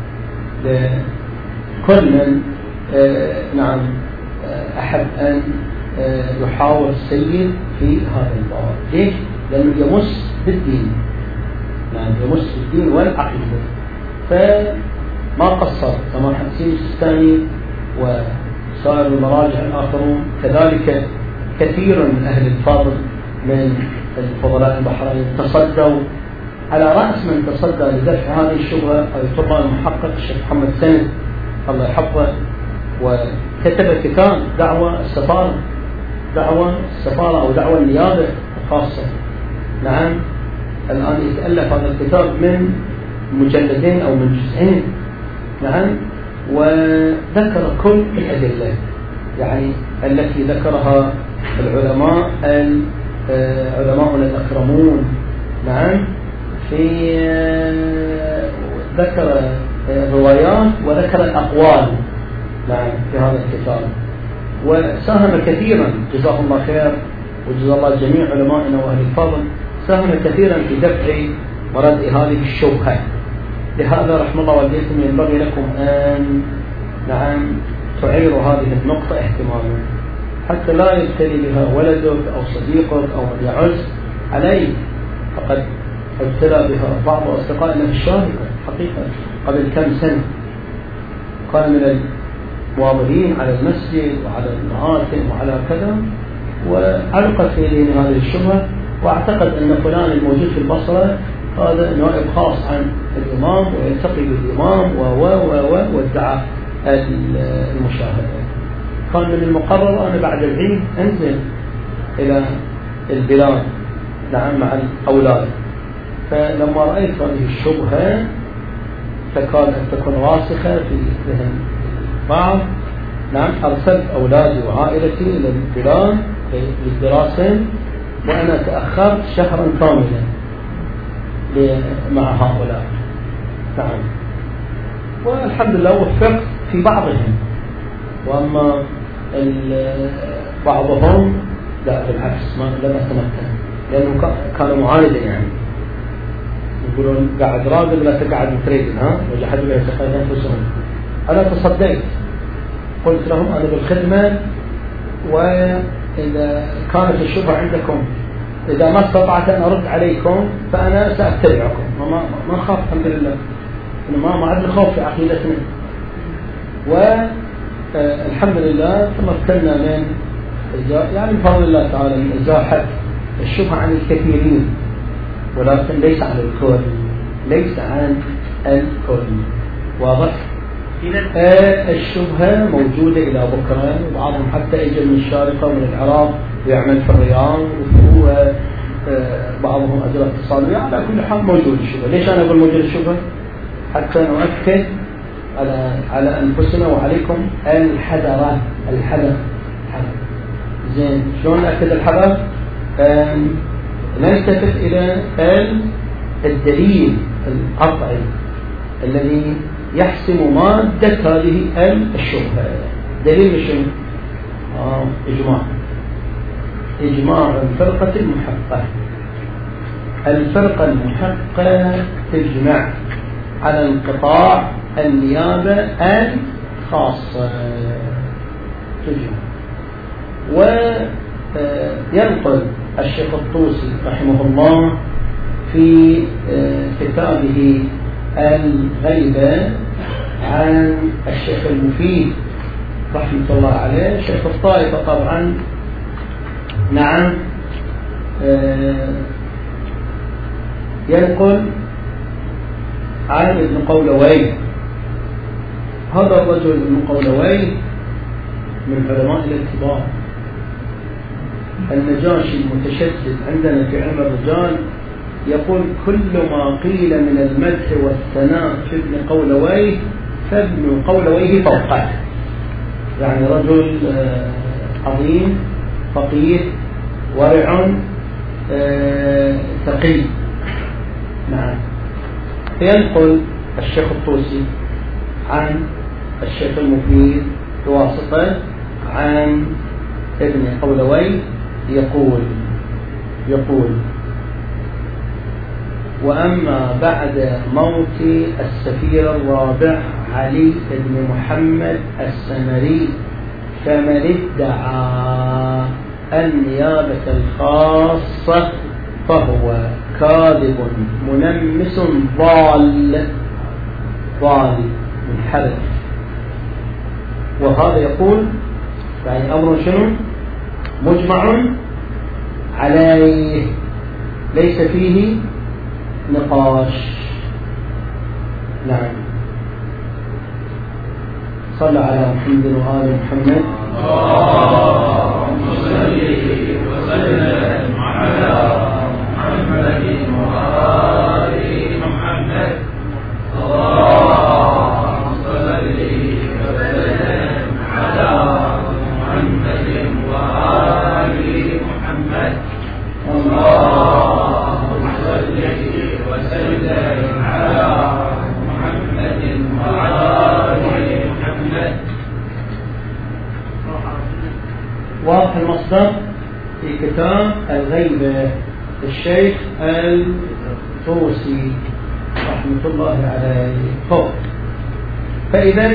لكل من نعم أحب أن يحاور السيد في هذا الباب. ليش؟ لأنه يمس بالدين. نعم، يمس بالدين والعقيدة. فما قصر سماحة السيد السيستاني وسائر المراجع الآخرون، كذلك كثير من أهل الفضل من الفضلاء البحرين تصدوا. على رأس من تصدى لدفع هذه الشبهة أيتها المحقق الشيخ محمد سند الله يحفظه، وكتب كتاب دعوة السفارة أو دعوة النيابة الخاصة. نعم، الآن يتألف هذا الكتاب من مجلدين أو من جزئين. نعم، وذكر كل الأدلة يعني التي ذكرها العلماء علماؤنا الأكرمون. نعم، في ذكر الروايات وذكر الأقوال. نعم، في هذا الكتاب، وساهم كثيرا جزاه الله خير وجزا الله جميع علمائنا وأهل الفضل، ساهم كثيرا في دفع ورد هذه الشبهة. لهذا رحم الله والديكم ينبغي لكم أن نعم تعيروا هذه النقطة اهتماما، حتى لا يبتلي بها ولدك أو صديقك أو من يعز عليك. فقد ابتلى بها بعض أصدقائنا في الشارقة حقيقة قبل كم سنة، كان من المواظبين على المسجد وعلى المآتم وعلى كذا، وعلقت في ذهن هذه الشبهة، واعتقد أن فلان الموجود في البصرة هذا نائب خاص عن الإمام ويلتقي بالإمام وادعى المشاهدة. كان من المقرر أنا بعد العيد أنزل إلى البلاد نعم مع الأولاد، فلما رأيت هذه الشبهة تكاد أن تكون راسخة في ذهن بعض، نعم أرسلت أولادي وعائلتي إلى البلاد للدراسة، وأنا تأخرت شهرا كاملا مع هؤلاء. نعم، والحمد لله وفقت في بعضهم، وأما بعضهم لا بالعكس لم أتمكن، لأنه كانوا معاندا يعني يقولون قاعد راقب لا تقعد متريد وجحدوا لا يتقيد أنفسهم. أنا تصديت قلت لهم أنا بالخدمة، وإذا كانت الشبهة عندكم إذا ما استطعت أن أرد عليكم فأنا سأتبعكم، ما خاف الحمد لله، ما عندي خوف في عقيدتنا. والحمد لله تمكنا من يعني بفضل الله تعالى من إزاحة الشبهة عن الكثيرين، ولكن ليس عن الكل، ليس عن الكل. واضح؟ الشبهة موجودة إلى بكرة، وبعضهم حتى يجي من الشارقة ومن العراق ويعمل في الرياض، بعضهم أجراء اتصالية. على كل حال موجود الشبهة. ليش أنا أقول موجود الشبهة؟ حتى نؤكد على أنفسنا وعليكم الحذر. زين، شلون نأكد الحذر؟ نلتفت إلى الدليل القطعي الذي يحسم مادة هذه الشبهة. دليل شنو؟ إجماع الفرقة المحقة. الفرقة المحقة تجمع على انقطاع النيابة الخاصة، تجمع وينقل الشيخ الطوسي رحمه الله في كتابه الغيبة عن الشيخ المفيد رحمة الله عليه. شيخ الطائفة طبعا نعم ينقل عن ابن قولوي. هذا الرجل ابن قولوي من علماء الكبار. النجاشي المتشدد عندنا في علم الرجال يقول كل ما قيل من المدح والثناء في ابن قولوي فابن قولويه فوقه، يعني رجل عظيم فقيه ورع ثقيل. نعم. ينقل الشيخ الطوسي عن الشيخ المفيد بواسطة عن ابن قولوي يقول وأما بعد موت السفير الرابع علي بن محمد السمري فمن ادعى النيابة الخاصة فهو كاذب منمس ضال منحرف. وهذا يقول يعني أمر شنو مجمع عليه ليس فيه نقاش. نعم. صلى على محمد وآل محمد. اللهم صل وسلم على محمد وآل محمد. اللهم صل وسلم على محمد وآل محمد. اللهم صل وسلم على محمد وآل محمد. واضح المصدر في كتاب الغيبة الشيخ الطوسي رحمة الله عليه فوق. فإذا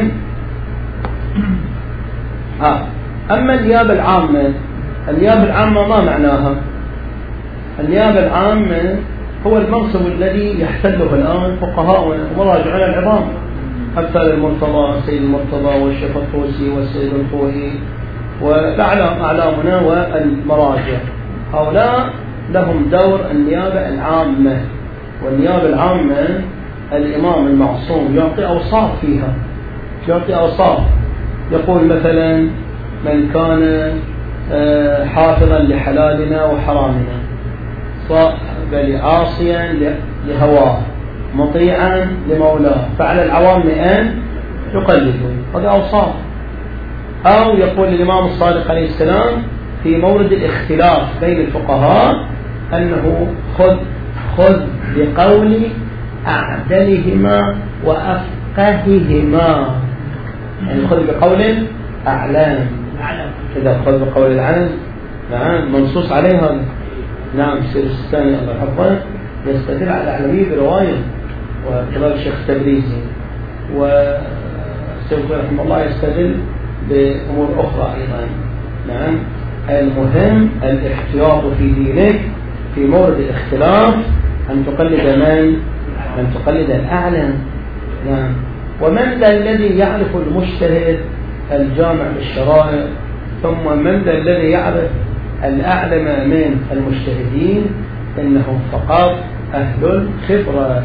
أما النيابة العامة ما معناها؟ النيابة العامة هو المنصب الذي يحتله الآن فقهاؤنا ومراجعنا العظام أمثال المرتضى السيد المرتضى والشيخ الطوسي والسيد الخوئي وأعلامنا والمراجع. هؤلاء لهم دور النيابة العامة. والنيابة العامة الإمام المعصوم يعطي أوصاف فيها، يعطي أوصاف يقول مثلا من كان حافظا لحلالنا وحرامنا بل عاصيا لهواه مطيعا لمولاه فعلى العوام أن يقلدوا. هذا أوصاف. أو يقول الإمام الصادق عليه السلام في مورد الاختلاف بين الفقهاء أنه خذ بقول أعدلهما وأفقههما، يعني خذ بقول أعلام. إذا خذ بقول العلم نعم منصوص عليها. نعم. السير الثاني الله يحفظه يستدل على الأعلمية برواية وكذلك الشيخ التبريزي والسيد رحمه الله يستدل بأمور أخرى أيضا. نعم. المهم الاحتياط في دينك في مورد الاختلاف أن تقلد من؟ أن تقلد الأعلم. نعم. ومن ذا الذي يعرف المجتهد الجامع للشرائع ثم من ذا الذي يعرف الأعلم من المجتهدين؟ إنهم فقط أهل الخبرة.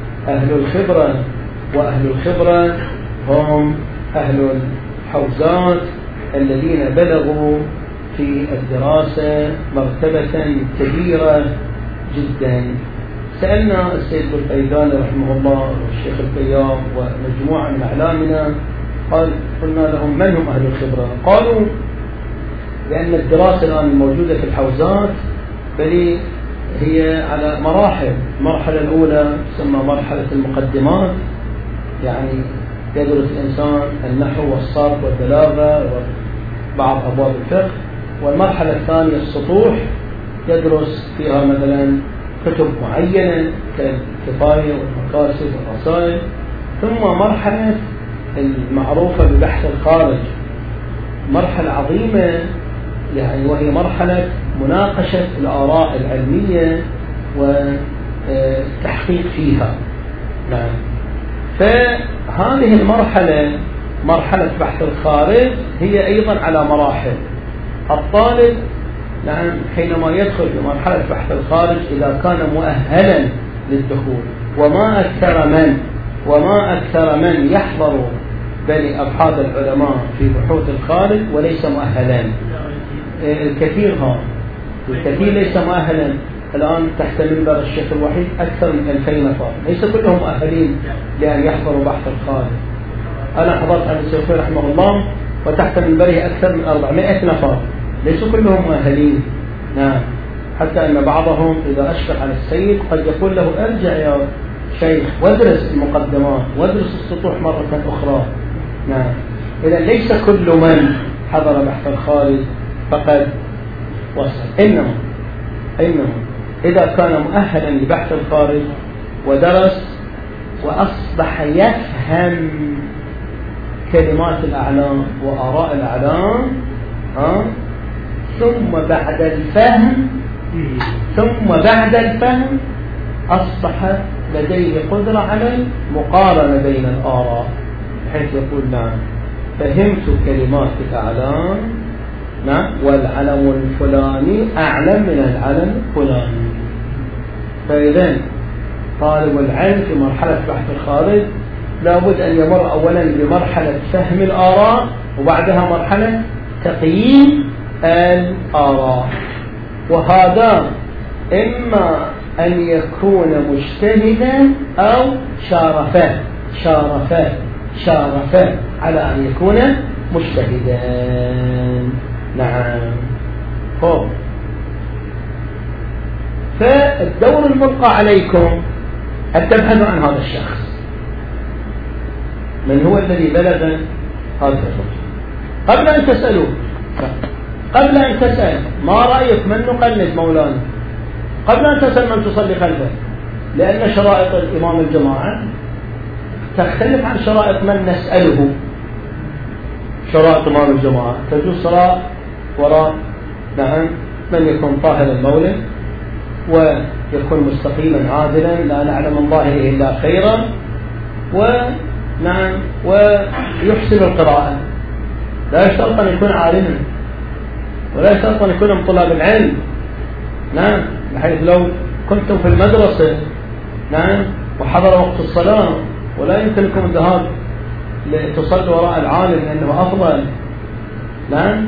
وأهل الخبرة هم أهل الحوزات الذين بلغوا في الدراسة مرتبة كبيرة جدا. سألنا السيد القيداني رحمه الله والشيخ القيام ومجموعة من أعلامنا قلنا لهم من هم أهل الخبرة؟ قالوا لأن الدراسة الآن الموجودة في الحوزات بل هي على مراحل. المرحلة الأولى تسمى مرحلة المقدمات، يعني يدرس الإنسان النحو والصرف والبلاغة وبعض أبواب الفقه. والمرحلة الثانية السطوح يدرس فيها مثلا كتب معينة كالكفاية والمكاسب والرسائل. ثم مرحلة المعروفة ببحث الخارج، مرحلة عظيمة يعني وهي مرحلة مناقشة الآراء العلمية والتحقيق فيها. نعم. فهذه المرحلة مرحلة بحث الخارج هي أيضا على مراحل. الطالب نعم حينما يدخل في مرحلة بحث الخارج إذا كان مؤهلا للدخول، وما أكثر من يحضر بني أبحاث العلماء في بحوث الخارج وليس مؤهلا. الكثير ليس مؤهلا. الآن تحت منبر الشيخ الوحيد أكثر من 2000 نفر، ليس كلهم مؤهلين لأن يحضروا بحث الخارج. أنا حضرت عند الشيخ رحمه الله وتحت منبره أكثر من 400 نفر، ليسوا كلهم مؤهلين. نعم. حتى أن بعضهم إذا أشفق على السيد قد يقول له ارجع يا شيخ وادرس المقدمات وادرس السطوح مرة أخرى. نعم. إذا ليس كل من حضر بحث الخارج فقد وصل، إنما إذا كان مؤهلا لبحث الخارج ودرس وأصبح يفهم كلمات الأعلام وآراء الأعلام، ثم بعد الفهم أصبح لديه قدرة على المقارنة بين الآراء، بحيث يقول نعم فهمت كلمات الأعلام، نعم، والعلم الفلاني أعلم من العلم الفلاني. فإذا طالب العلم في مرحلة بحث الخارج لابد أن يمر أولا بمرحلة فهم الآراء وبعدها مرحلة تقييم الآراء. وهذا إما أن يكون مجتهدا أو شارفا على أن يكون مجتهدا. نعم. فالدور الملقى عليكم أن تبحثوا عن هذا الشخص، من هو الذي بلغ هذا الرجل، قبل أن تسأل ما رأيك من نقلد مولانا، قبل أن تسأل من تصلي خلفه، لأن شرائط الإمام الجماعة تختلف عن شرائط من نسأله. شرائط إمام الجماعة تجوز صلاة وراء نعم من يكون طاهر المولد ويكون مستقيما عادلا لا نعلم من ظاهره إلا خيرا، ونعم ويحسن القراءة، لا يشترط أن يكون عالما ولا يشترط أن يكون من طلاب العلم. نعم. بحيث لو كنتم في المدرسة نعم وحضر وقت الصلاة ولا يمكنكم الذهاب لتصلوا وراء العالم لأنه أفضل، نعم،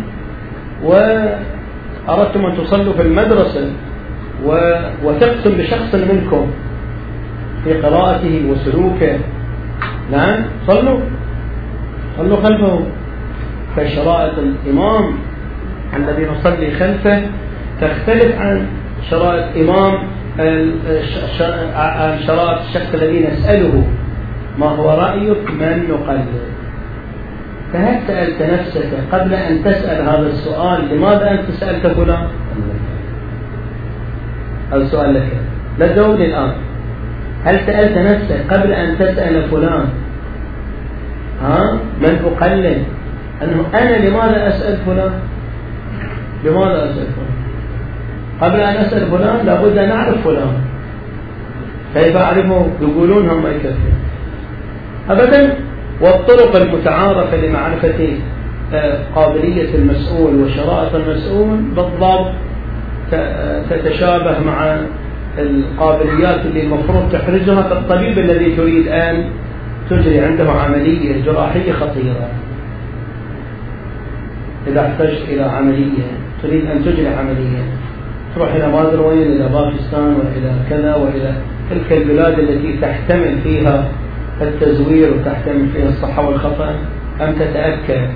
وأردتم أن تصلوا في المدرسة وتقسم بشخص منكم في قراءته وسلوكه، نعم، صلوا خلفه. فشرائط الإمام الذي نصلي خلفه تختلف عن شرائط عن شرائط الشخص الذي نسأله ما هو رأيك من نقلد. فهل سألت نفسك قبل أن تسأل هذا السؤال لماذا أنت سألت فلان؟ السؤال لك، لا تجاوبني الآن. هل سألت نفسك قبل أن تسأل فلان من أقلد أنه أنا لماذا أسأل فلان؟ قبل أن أسأل فلان لابد أن أعرف فلان. كيف أعرفه؟ يقولون هم ما يكفي أبدا. والطرق المتعارفة لمعرفة قابلية المسؤول وشرائط المسؤول بالضبط تتشابه مع القابليات اللي المفروض تحرزها كالطبيب الذي تريد أن تجري عنده عملية جراحية خطيرة. إذا احتجت إلى عملية، تريد أن تجري عملية، تروح إلى ما أدري وين، إلى باكستان وإلى كذا وإلى تلك البلاد التي تحتمل فيها التزوير وتحتمل فيها الصحة والخطأ. أم تتأكد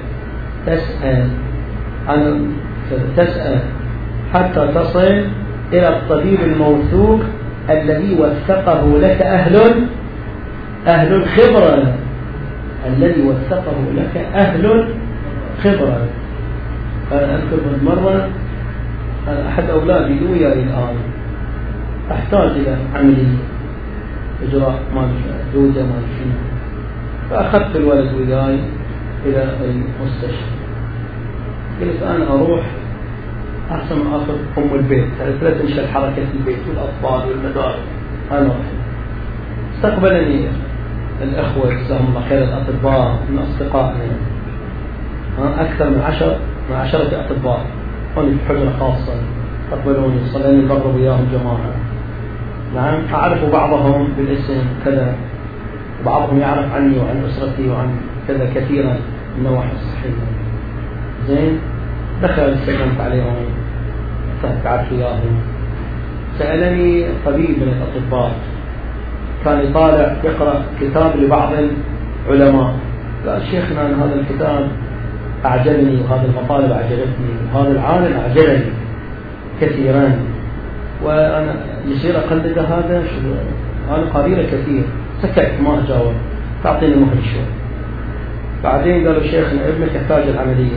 تسأل حتى تصل إلى الطبيب الموثوق الذي وثقه لك أهل الخبرة، الذي وثقه لك أهل الخبرة. أنا أذكر مرة أحد أولادي وياي الآن أحتاج إلى عملية إجراء ما زوجة ما شنو، فأخذت الولد وياي إلى المستشفى. قلت أنا أروح أحسن ما أخذ أم البيت، لا تنشل حركة البيت والأطفال والمدارس. أنا استقبلني الأخوة جزاهم الله خير الأطباء من أصدقائنا، أكثر من 10 أطباء هون في حجرة خاصة استقبلوني، صلينا المغرب وياهم جماعة. نعم أعرف بعضهم بالاسم كذا، وبعضهم يعرف عني وعن أسرتي وعن كذا كثيرا من النواحي الصحية. زين دخل سلمت عليهم قعدت وياهم. سألني طبيب من الأطباء كان يطالع يقرأ كتاب لبعض العلماء، قال شيخنا أن هذا الكتاب أعجبني وهذا المطالب أعجبتني وهذا العالم أعجبني كثيرا، وأنا يصير أقلد هذا أنا قريرة كثير. سكت ما أجاوب، تعطيني مهل شوي. بعدين قالوا شيخنا ابنك يحتاج العملية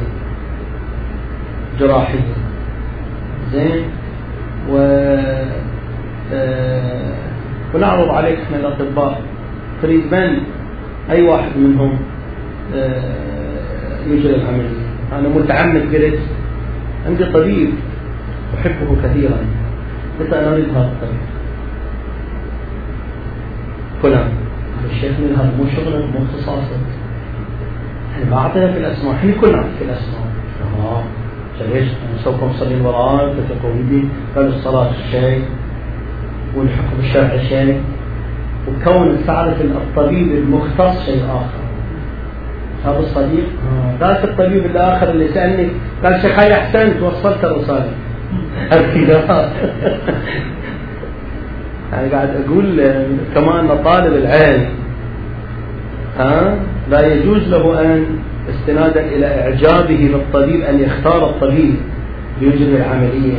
جراحية. زين ونعرض عليك احنا الأطباء تريد من أي واحد منهم يجري العملية. أنا متعمد قلت عندي طبيب أحبه كثيرا، قلت أنا أريد هذا الطبيب فلان. الشيخ من هذا مو شغلك مو اختصاصك، احنا ما أعطينا في الأسماء، احنا كلنا في الأسماء. ليش نسوكم صلين وراء تتقويدي؟ قالوا الصلاة شيء والحكم الشرعي شيء، وكون تعرف الطبيب المختص شيء آخر. هذا الصديق ذاك الطبيب الآخر اللي سألني قال شيخ هاي أحسنت وصلت الرسالة. يعني قاعد أقول كمان طالب العلم لا يجوز له أن استنادا إلى إعجابه بالطبيب أن يختار الطبيب ليجري العملية.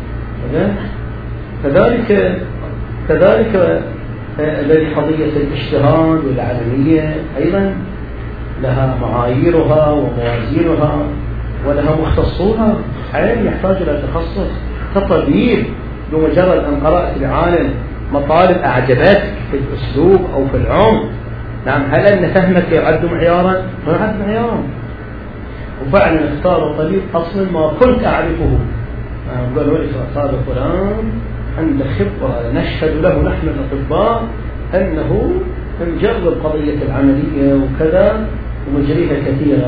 كذلك الذي قضية الاجتهاد والعلمية أيضا لها معاييرها وموازينها ولها مختصوها، علم يحتاج إلى تخصص. كطبيب بمجرد أن قرأت لعالم مطالب أعجبتك في الأسلوب أو في العمق، نعم هل أن فهمك يعد معيارا؟ ما يعد معيارا. وفعلا اختار الطبيب أصلا ما كنت أعرفه. قالوا لي هذا فلان عنده خبرة نشهد له نحن الأطباء أنه مجرب قضية العملية وكذا ومجريها كثيرا.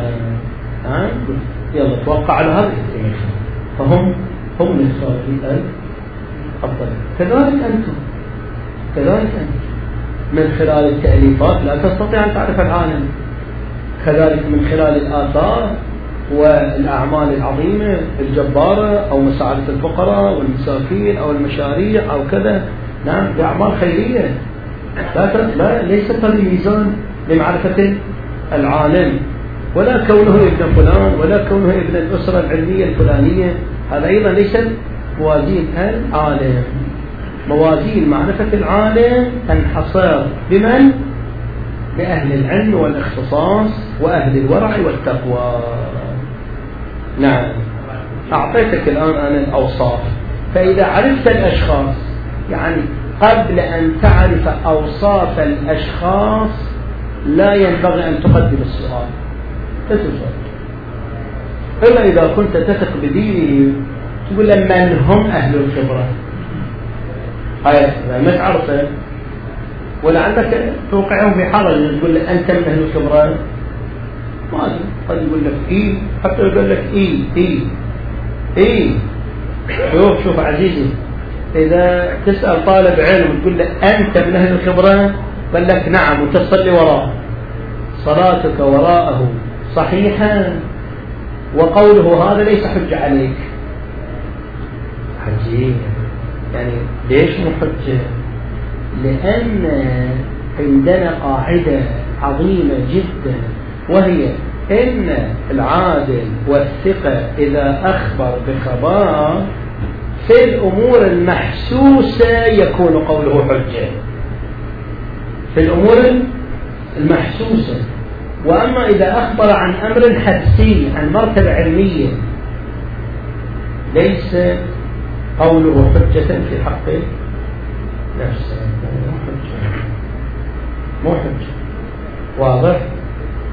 يلا توقع على هذا فهم من الخارجين أفضل. كذلك أنتم من خلال التأليفات لا تستطيع أن تعرف العالم، كذلك من خلال الآثار والأعمال العظيمة الجبارة أو مساعدة الفقراء والمساكين أو المشاريع أو كذا. نعم بأعمال خيرية لا ليست هذه ميزان لمعرفة العالم، ولا كونه ابن فلان ولا كونه ابن الأسرة العلمية الفلانية، هذا أيضا ليست موازين العالم. موازين معرفة العالم تنحصر بمن؟ بأهل العلم والاختصاص وأهل الورع والتقوى. نعم أعطيتك الآن أنا الأوصاف، فإذا عرفت الأشخاص يعني قبل أن تعرف أوصاف الأشخاص لا ينبغي أن تقدم السؤال، لا تسأل إلا إذا كنت تثق بدينه تقول من هم أهل الخبرة. هاي ما تعرفه ولا عندك توقعهم في حرج تقول له أنت من أهل الخبرة، ما أدري قد يقول لك إيه، حتى يقول لك إيه. شوف عزيزي، إذا تسأل طالب علم وتقول له أنت من أهل الخبرة قال لك نعم وتصلي وراءه، صلاتك وراءه صحيحة وقوله هذا ليس حجة عليك. عجيب، يعني ليش مو حجة؟ لأن عندنا قاعدة عظيمة جدا وهي إن العادل والثقة إذا أخبر بخبر في الأمور المحسوسة يكون قوله حجة، في الأمور المحسوسة. وأما إذا أخبر عن أمر حدسي عن مرتبة علمية ليس قوله حجة في حق نفسه، مو حجة. واضح؟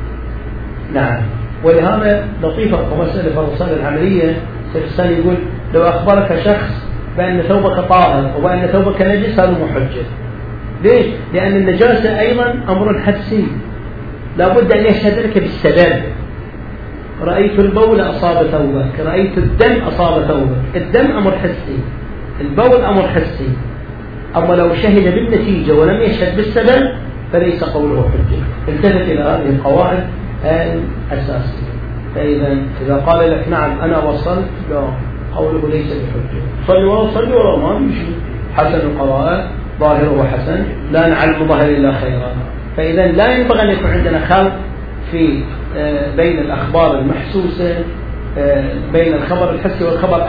نعم. ولهذا لطيفة مسألة الرسالة العملية الإنسان يقول لو أخبرك شخص بأن ثوبك طاهر وبأن ثوبك نجس هذا مو حجة. ليش؟ لأن النجاسة أيضا أمر حسي، لا بد أن يشهد لك بالسبب. رأيت البول أصاب ثوبك، رأيت الدم أصاب ثوبك. الدم أمر حسي، البول أمر حسي. أما لو شهد بالنتيجة ولم يشهد بالسبب فليس قوله حجة. التفت إلى هذه القواعد الأساسية. إذا قال لك نعم أنا وصلت، لا، قوله ليس بحجة. صلي ولا صلي ولا ما بيشي، حسن القراءة ظاهره حسن، لا نعلم ظاهر إلا خيرا. فإذا لا ينبغي أن يكون عندنا خلط في بين الأخبار المحسوسة، بين الخبر الحسي والخبر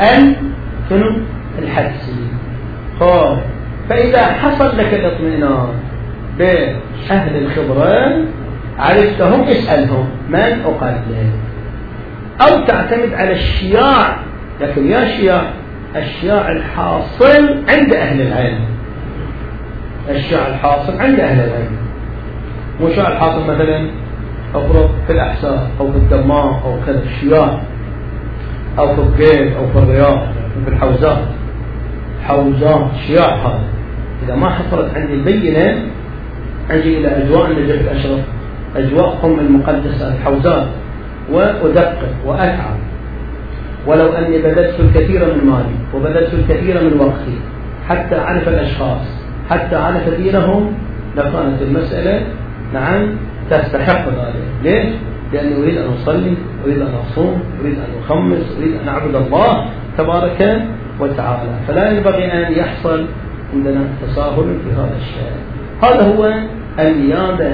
الحدسي. فإذا حصل لك الاطمئنان بأهل الخبرة عرفتهم اسألهم من أقلد، أو تعتمد على الشياع. لكن يا الشياع الحاصل عند أهل العلم، الشياع الحاصل عند أهل العلم، مو الشياع الحاصل مثلا أفرض في الأحساء أو في الدمام أو كذا، الشياع أو في القيد أو في الرياض وفي الحوزات، حوزات شياع. هذا إذا ما حصلت عندي البينة أجي إلى أجواء النجف الأشرف، أجواء أم المقدسة الحوزات، وأدقق وأتعب، ولو أني بذلت الكثير من مالي وبذلت الكثير من وقتي حتى أعرف الأشخاص، حتى أعرف دينهم، لكانت المسألة نعم تستحق ذلك. ليش؟ لأني أريد أن أصلي، أريد أن أصوم، أريد أن أخمس، أريد أن أعبد الله تبارك وتعالى. فلا ينبغي أن يحصل عندنا تساهل في هذا الشيء. هذا هو النيابة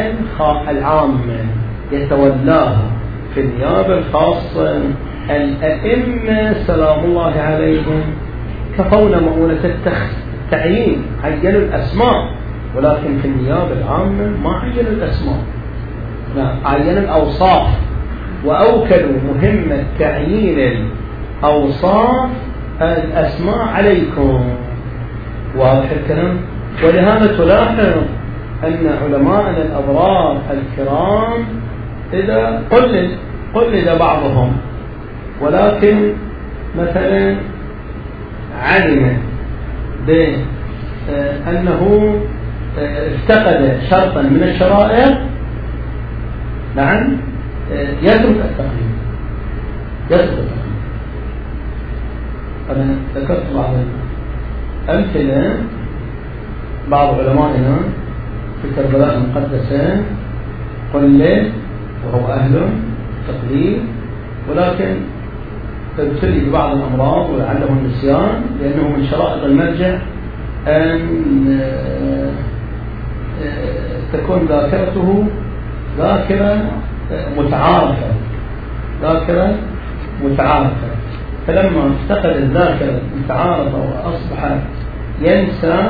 العامة، يتولاها في النيابة الخاصة الأئمة سلام الله عليهم، كفونا مؤونة التعيين، عينوا الأسماء، ولكن في النيابة العامة ما عينوا الأسماء، لا، عينوا الأوصاف، وأوكلوا مهمة تعيين الأوصاف الأسماء عليكم. واضح الكلام؟ ولهذا تلاحظ أن علماءنا الأبرار الكرام إذا قلد بعضهم، ولكن مثلا علم بأنه افتقد شرطا من الشرائع، نعم، يترك التقليد. أنا ذكرت بعض الأمثلة، بعض علمائنا في كربلاء المقدسة قلد وهو أهل تقليد، ولكن ابتلي ببعض الأمراض ولعله النسيان، لأنه من شرائط المرجع أن تكون ذاكرته ذاكرة متعارفة، فلما افتقد الذاكرة المتعارفة وأصبح ينسى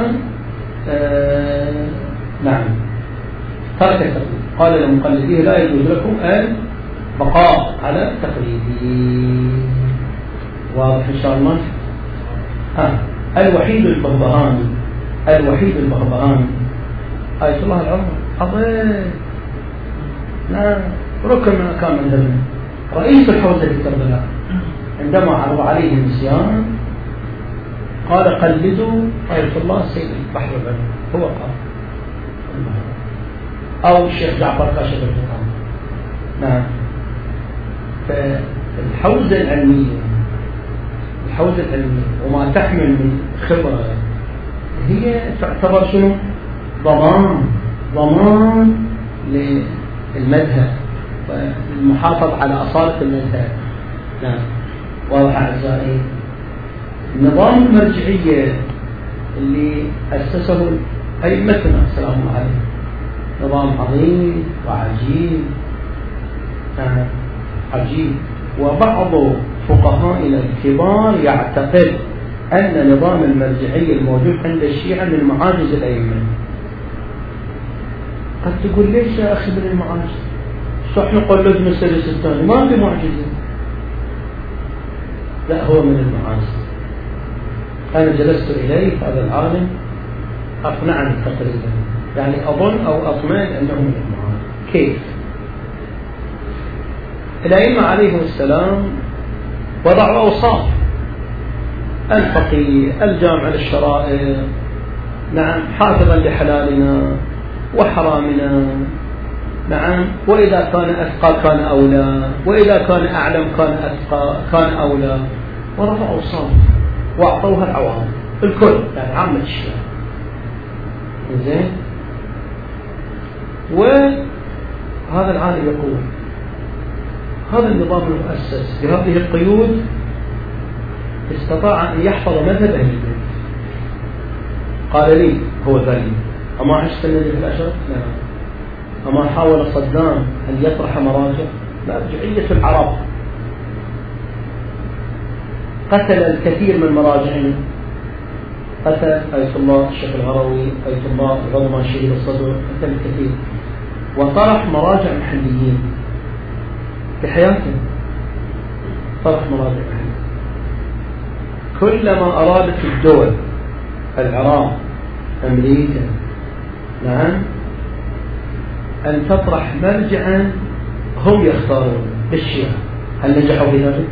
نعم ترك التقليد. قال لمقلديه لا يجوز لكم البقاء على تقليدي. واضح إن شاء الله؟ الوحيد البغبهاني آية الله العظمى عظيم، لا ركن من أركان مذهبنا، رئيس الحوزة في كربلاء، عندما عرض عليه النسيان قال قلدوا آية الله سيد البحر العلم، هو قال، أو الشيخ جعفر كاشف الفقهاء. نعم. فالحوزة العلمية وما تحمل من خبرة هي تعتبر شنو؟ ضمان للمذهب والمحافظة على أصالة المذهب. نعم. واضح أعزائي؟ نظام المرجعية اللي أسسه أئمتنا سلام الله عليهم نظام عظيم وعجيب، عجيب. وبعض فقهائنا الكبار يعتقد أن نظام المرجعية الموجود عند الشيعة من معاجز الأئمة. قد تقول ليش يا أخي من المعاجز؟ شو احنا قلدنا السدس الثاني ما في معجزة. لا، هو من المعاجز. أنا جلست إليه هذا العالم أقنعني تقريبا، يعني أظن أو أطمئن أنه من المعاجز. كيف؟ الأئمة عليهم السلام وضعوا أوصاف الفقيه الجامع للشرائع، نعم، حافظا لحلالنا وحرامنا، نعم، وإذا كان أتقى كان أولى، وإذا كان أعلم كان أتقى كان أولى، ورفعوا صوت وأعطوها العوام الكل، يعني عامة الشيعة. زين. وهذا العالم يقول هذا النظام المؤسس بهذه القيود استطاع أن يحفظ مذهب أهل البيت. قال لي هو ذلك أما عشت النبي في الأشر؟ لا. أما حاول صدام أن يطرح مراجع؟ مرجعية العرب قتل الكثير من مراجعنا، قتل آية الله الشيخ الهروي، آية الله العظمى شهيد الصدر، قتل الكثير، وطرح مراجع محليين في حياته، طرح مراجع محليين. كلما أرادت الدول، العراق، أمريكا، نعم، أن تطرح مرجعا هم يختارون للشيعة، هل نجحوا في ذلك؟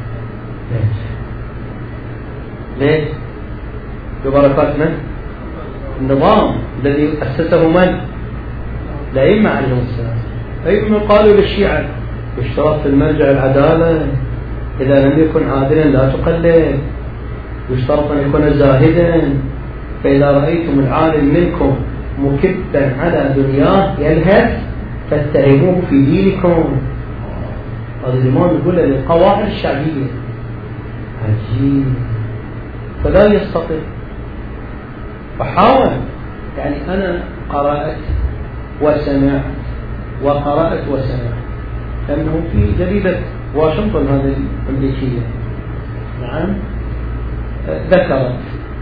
ليه؟ ببركات من؟ النظام الذي أسسه من؟ الأئمة عليهم السلام. الأئمة قالوا للشيعة يشترط في المرجع العدالة، إذا لم يكن عادلا لا تقلد، يشترط أن يكون زاهدا، فإذا رأيتم العالم منكم مكبا على دنياه يلهث فاتهموه في دينكم. هذا الإمام يقول للقواعد الشعبية. عجيب. فلا يستطيع. فحاول، يعني أنا قرأت وسمعت وقرأت وسمعت، لأنه في جريدة واشنطن هذه الأمريكية، نعم، ذكرت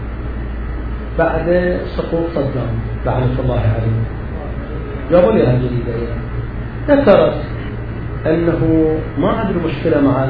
بعد سقوط صدام لعنة الله عليه، جابوا لي هالجريدة يعني، ذكرت أنه ما عنده مشكلة مع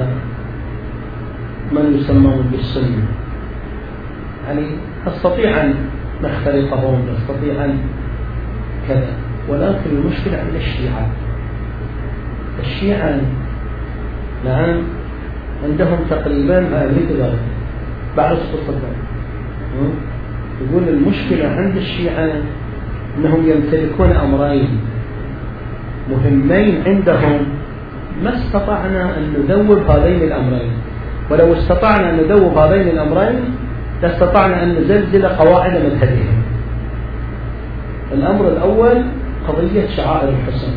من يسمون بالسنة، يعني نستطيع أن نخترقهم، نستطيع أن كذا، ولكن المشكلة عند الشيعة. الشيعة نعم عندهم تقريبا مثل بعد سقوط صدام، يقول المشكلة عند الشيعة أنهم يمتلكون أمرين مهمين عندهم، ما استطعنا أن نذوب هذين الأمرين، ولو استطعنا أن نذوب هذين الأمرين لاستطعنا أن نزلزل قواعد مذهبهم. الأمر الأول قضية شعائر الحسين،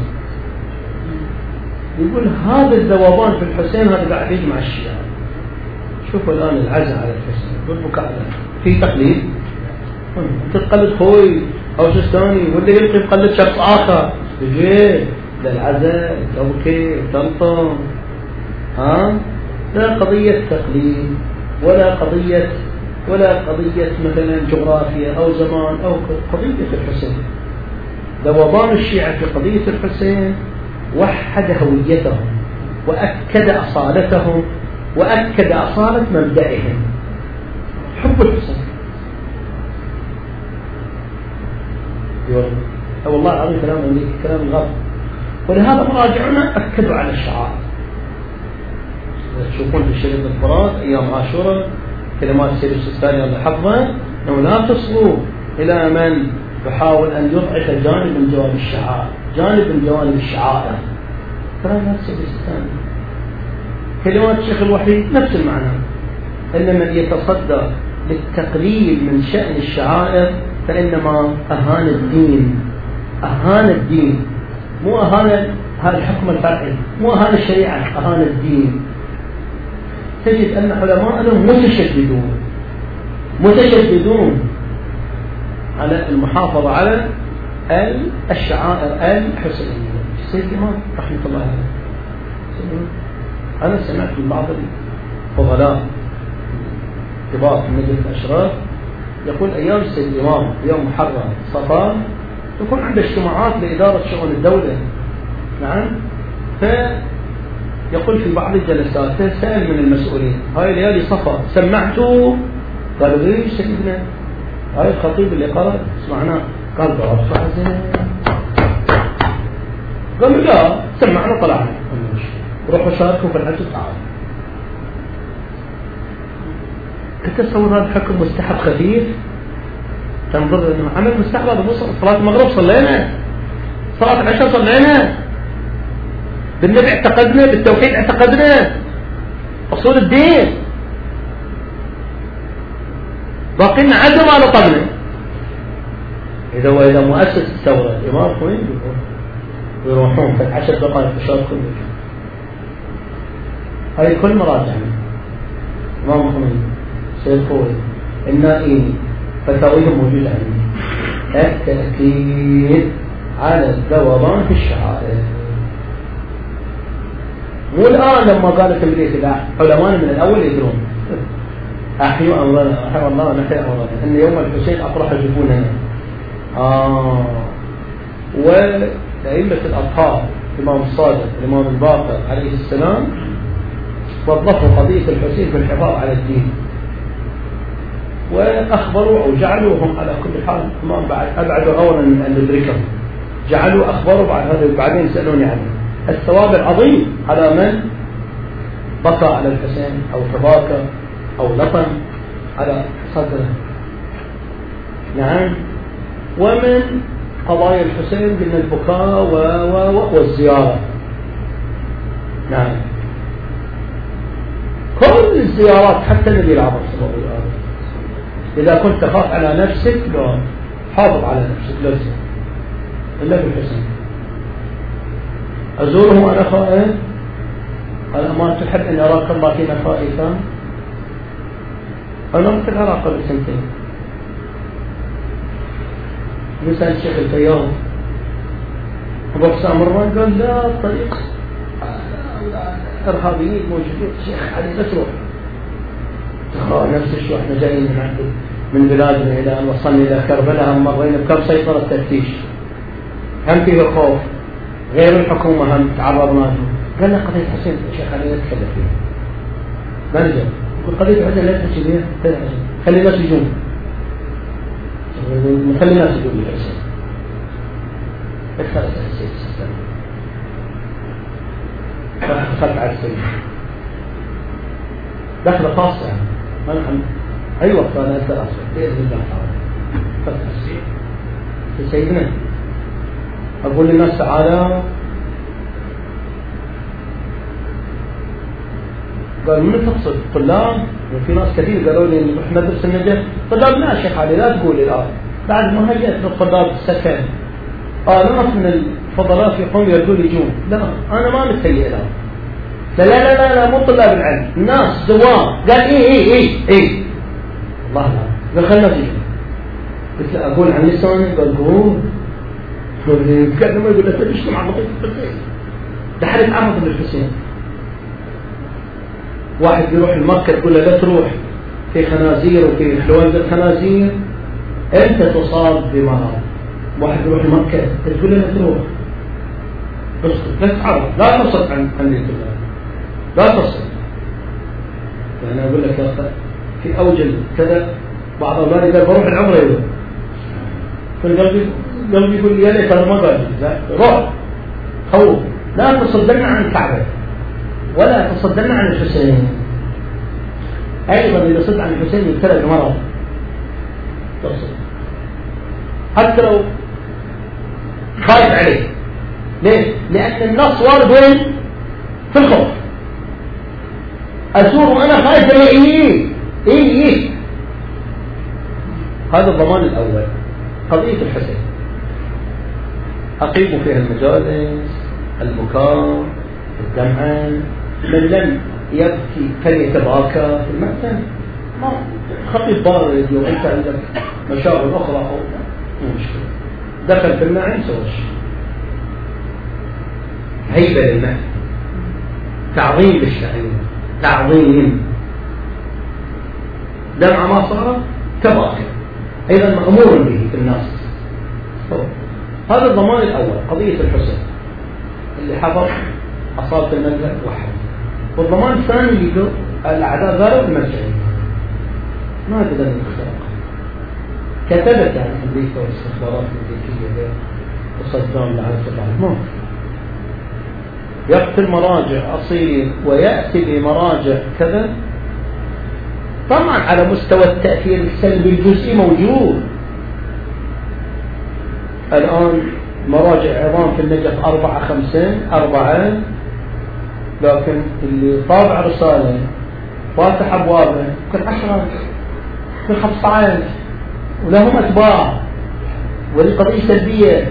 يقول هذا الذوبان في الحسين هذا قاعد يجمع الشيعة. شوفوا الآن العزة على الحسين بالمكالمة في تقليد، تتقلد خوي أو سستاني واللي يلقي بقلد شخص آخر، تجي للعزة توكي تنطم، لا قضية تقليد ولا قضية مثلا جغرافيا أو زمان أو قضية الحسين. ذوبان الشيعة في قضية الحسين وحد هويتهم وأكد أصالتهم وأكد أصالة مبدئهم، حب الحسين. والله العظيم كلام أمريكي، كلام غلط. ولهذا مراجعنا أكدوا على الشعائر. تشوفون في شريط الفرات أيام عاشوراء كلمات سيد السيستاني الله حفظه، أنه لا تصلوا إلى من يحاول أن يضعف جانب من جوانب الشعائر، جانب من جوانب الشعائر. كلمات سيد السيستاني، كلمات الشيخ الوحيد نفس المعنى، أن من يتصدى للتقليل من شأن الشعائر فإنما أهان الدين، أهان الدين، مو أهان هذا الحكم الفرعي، مو أهان الشريعة، أهان الدين. تجد أن علماءنا متشددون على المحافظة على الشعائر الحسينية. السيد الإمام رحمة الله عليه، أنا سمعت من بعض الفضلاء كبار في مجلس الأشراف يقول أيام السيد الإمام يوم محرم صفار يكون عنده اجتماعات لإدارة شؤون الدولة، نعم، فيقول في بعض الجلسات سأل من المسؤولين هاي ليالي صفا سمعتوا؟ قالوا ليه سيدنا هاي الخطيب اللي قرأ سمعناه؟ قال برفع زين. قالوا لا سمعنا طلعنا، روحوا شاركوا في الحج تعالوا. تتصور هذا الحكم مستحب خفيف؟ تنظر انه عمل مستحب، هذا مو صلاة المغرب صلينا، صلاة العشاء صلينا، بالنبي اعتقدنا، بالتوحيد اعتقدنا، اصول الدين باقي لنا عدم ما نطقنا. إذا مؤسس الثورة الإمام وين يروحون في 10 دقائق تشارك كله، هاي كل مراجع إمام خميني، سيد خوي، النائمي، فتاويهم موجودة عندي. التأكيد على الذوبان في الشعائر، مو الآن لما قالت إبليس لا، علماء من الأول يدرون أحيوا أمرنا، أحيوا الله نحيا أمرنا، إن يوم الحسين أطرح جبوننا. وأئمة الأطهار الإمام الصادق الإمام الباقر عليه السلام وظفوا قضية الحسين بالحفاظ على الدين، وأخبروا أو جعلوهم على كل حال ما بعد أبعدوا أولا أن ندركهم، جعلوا أخبروا بعد هذا بعدين سألوني عنه الثواب العظيم على من بقى على الحسين أو تباكى أو لطم على صدره. نعم. ومن قضايا الحسين قلنا البكاء والزيارة. نعم. كل الزيارات حتى النبي العظيم صلى الله عليه وسلم إذا كنت تخاف على نفسك لا حافظ على نفسك، لا تزور إلا بالحسين. أزوره وأنا خائف؟ أنا ما تحب أن أراك الله فينا خائفا؟ أنا مثل أراك قبل سنتين مثلا الشيخ الفياض أبو حسام مروان قال لا الطريق إرهابيين موجودين، الشيخ علي لا تروح. نفس الشيء احنا جايين من بلادنا إلى أن وصلنا إلى كربلاء، هم مرينا بكم سيطرة تفتيش، هم فيه خوف، غير الحكومة هم تعرضنا له. قال لنا قضية حسين الشيخ علي لا تتكلم فيها، ما نجم يقول قضية حسين لا تحكي فيها، خلي الناس يجون، نخلي الناس يجون بالحسين. اختلف السيد السيستم دخلت على السيد دخل خاصة يعني ما نحن أي وقت أنا أسأل أصلا بإذن الله تعالى دخلت على السيد سيدنا أقول للناس تعالى، قال من تقصد طلاب؟ وفي ناس كثير قالوا لي نروح ندرس النجف. طلاب لا شيخ علي لا تقول الآن بعد ما هجأت للطلاب السكن ناس من الفضلات يقوم يردون يجون، لا أنا ما متهيئ الآن، لا لا لا لا مو طلاب العلم، الناس زوار. قال إيه الله لا، قال خلنا نجي. قلت له أقول عن لساني؟ قال قول. قال ما يقول له تشتم عن بقية الحسين، ده حد يتعرض للحسين. واحد يروح المكة تقول له لا تروح في خنازير وفي حلوان الخنازير أنت تصاب بمرض. واحد يروح مكة تقول له لا تروح، لا تتعرض، لا تصد عن بيت الله، لا تصد. يعني أقول لك يا في أوجل كذا بعض أولادي قال بروح العمرة يقول قلبي يقول لي يا ليت أنا ما قال روح خوف. لا تصدرنا عن الكعبة ولا تصدرنا عن الحسين. أيضا إذا صد عن الحسين يبتلى بمرض تصد حتى لو خايف عليه. ليه؟ لأن النص وارد وين؟ في الخوف. أزور وأنا خايف عليه. إيه هذا الضمان الأول. قضية الحسين أقيم فيها المجالس، البكاء، الدمع، من لم يبكي فليتباكى في المأتم. ما خطيب بارد وأنت عندك مشاغل أخرى أو مو مشكلة، دخل في الماء يسوي شيء. هيبة للماء، تعظيم للشعير، تعظيم. دمع ما صار تباكى، أيضا مأمور به في الناس. هذا الضمان الأول قضية الحسين اللي حضر أصابة الملجأ وحده. والضمان الثاني اللي الأعداء غيروا المرجعية ما قدر نخترق. كتبت يعني أمريكا والاستخبارات الأمريكية وصدام لعبة الله يقتل مراجع أصيل ويأتي بمراجع كذا طبعا على مستوى التأثير السلبي الجزئي موجود. الآن مراجع عظام في النجف 4 لكن اللي طابع رسالة فاتح أبوابه كل 10 كل 15 ولهم أتباع ولي قضية سلبية،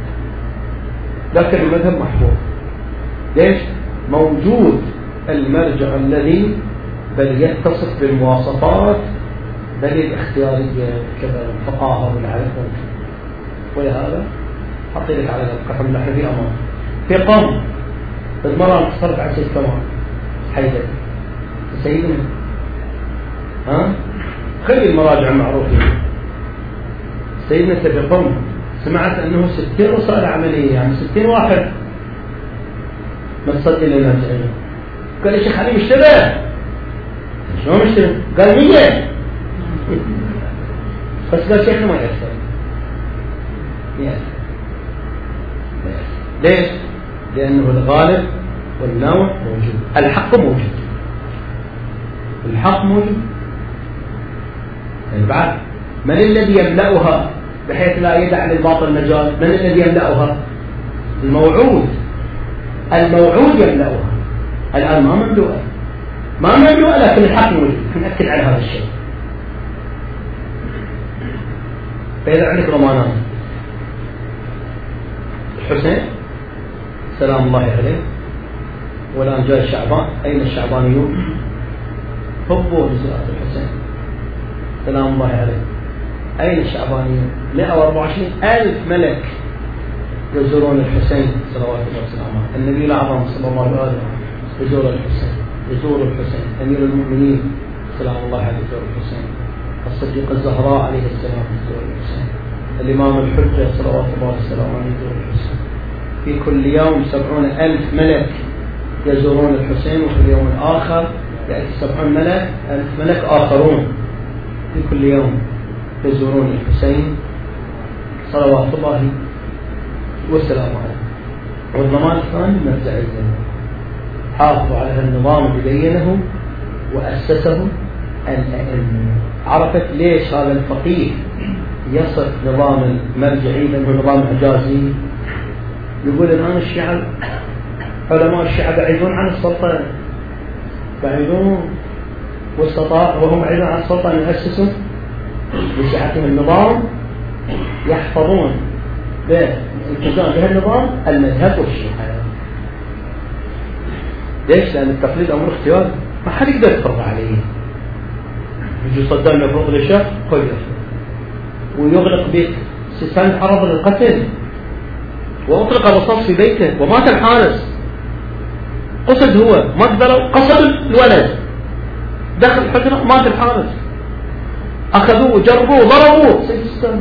لكن المذهب محفوظ. ليش؟ موجود المرجع الذي بل يتصف بالمواصفات بل الاختيارية كذا الفقاهة والعلم، ولهذا حطي لك على القحم نحن في أمان في قوم المرأة انتصرت على سيد كمان حيدر سيدنا خلي المراجع المعروفين. سيدنا في قوم سمعت أنه 60 رسالة عملية، يعني 60 واحد ما تصدق لنا مرجعين. قال يا شيخ علي مشتبه. شلون مشتبه؟ قال 100 بس قال شيخنا ما يأثر. ليش؟ لأنه الغالب والنوع موجود، الحق موجود، الحق موجود. بعد من الذي يملأها بحيث لا يدع للباطل مجال؟ من الذي يملأها؟ الموعود يملأها. الآن ما مملوءة لكن الحق موجود. نأكد على هذا الشيء. فإذا عندك رمضان الحسين سلام الله عليه، والآن جاء شعبان، أين الشعبانيون؟ حبوا لزيارة الحسين سلام الله عليه. أين الشعبانيون؟ 124,000 ملك يزورون الحسين صلوات الله وسلامه. النبي الأعظم صلى الله عليه وسلم يزور الحسين، أمير المؤمنين سلام الله عليه يزور الحسين، الصديق الزهراء عليه السلام يزور الحسين، الإمام الحجة صلوات الله وسلامه يزور الحسين. في كل يوم 70,000 ملك يزورون الحسين، وفي اليوم الآخر يأتي 70,000 ملك آخرون في كل يوم يزورون الحسين صلوات الله والسلام عليه. والضمان الثاني مرجعية، حافظوا على النظام اللي بينه وأسسه الأئمة. عرفت ليش هذا الفقيه يصف نظام المرجعي بأنه نظام إعجازي؟ يقول الآن الشيعة علماء الشيعة بعيدون عن السلطة، بعيدون، وهم بعيدون عن السلطة أن يؤسسوا لشيعتهم النظام، يحفظون بالالتزام بهالنظام المذهب والشيعة. ليش؟ لأن التقليد أمر اختياري، ما حد يقدر يفرض عليه. يجي صدام يفرض للشيخ خير ويغلق بيت سيستان عرض للقتل، وأطلق الرصاص في بيته ومات الحارس. قصد هو ما قدروا، قصد الولد دخل الحجرة مات الحارس، أخذوه وجربوه ضربوه سيستان،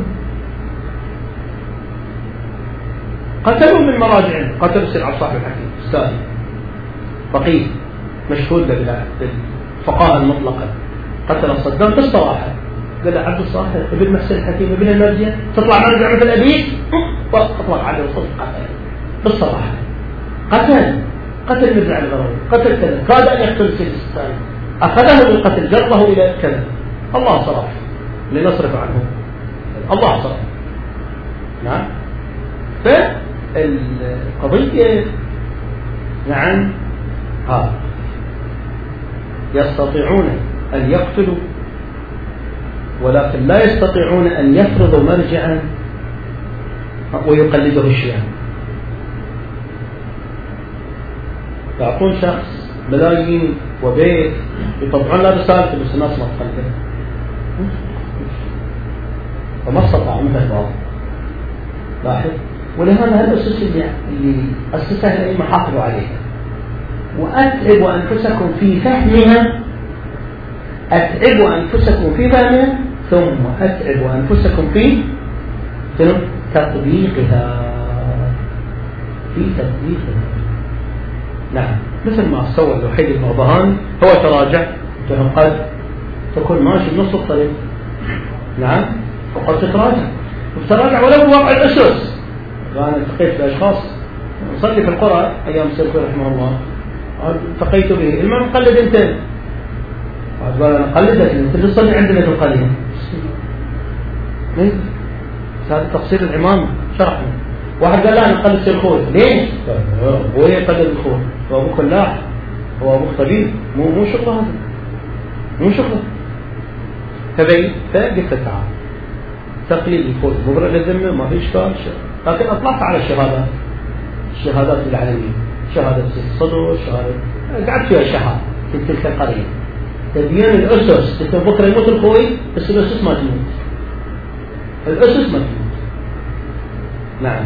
قتلوا من مراجعهم، قتلوا سيد عبد الصالح الحكيم استاذ فقيه مشهود بالفقاهة المطلقة، قتل صدام بالصراحة. قال له عبد الصالح ابن محسن الحكيم ابن المرجع تطلع مرجع مثل أبيك، اطلق عليه الصدق، قتل بالصراحة، قتل مرجع الغروي، قتل كذا، كاد أن يقتل سيستان، أخذه للقتل جره إلى كذا. الله صرف لنصرف عنه، الله صرف. نعم. فالقضية نعم يستطيعون أن يقتلوا ولكن لا يستطيعون أن يفرضوا مرجعا ويقلده الشيعة. يعطون شخص ملايين وبيت يطبعون له رسالته بس الناس ما تقلده، فما استطاعوا مثل البعض. لاحظ. ولهذا الأسس اللي أسسها الأئمة حافظوا عليها، وأتعبوا أنفسكم في فهمها، ثم أتعبوا أنفسكم في تطبيقها، نعم. مثل ما سوى الوحيد البغبهاني، هو تراجع، قد تكون ماشي بنص الطريق، نعم، وقد تتراجع ولو بوضع الأسس. أنا التقيت بأشخاص نصلي في القرى أيام سيدنا رحمه الله، التقيت به، المهم قلد أنت واحد قال أنا قلدك أنت تصلي عندنا في القليل. هذا تقصير الإمام شرحنا. واحد قال لا أنا قلد سيد خوي. ليش؟ هو يقلد الخوي، هو أبوك فلاح، هو أبوك طبيب، مو شغله هذا، مو شغله. فقلت تعال تقليد الخوي مبرر للذمة ما في إشكال. لكن أطلعت على الشهادات العالمية، شهادة الصدر، شهادة قعدت فيها شهر في تلك القرية تبين الأسس. بكرة يموت الخوي بس الأسس ما تموت، الأسس ما تموت. نعم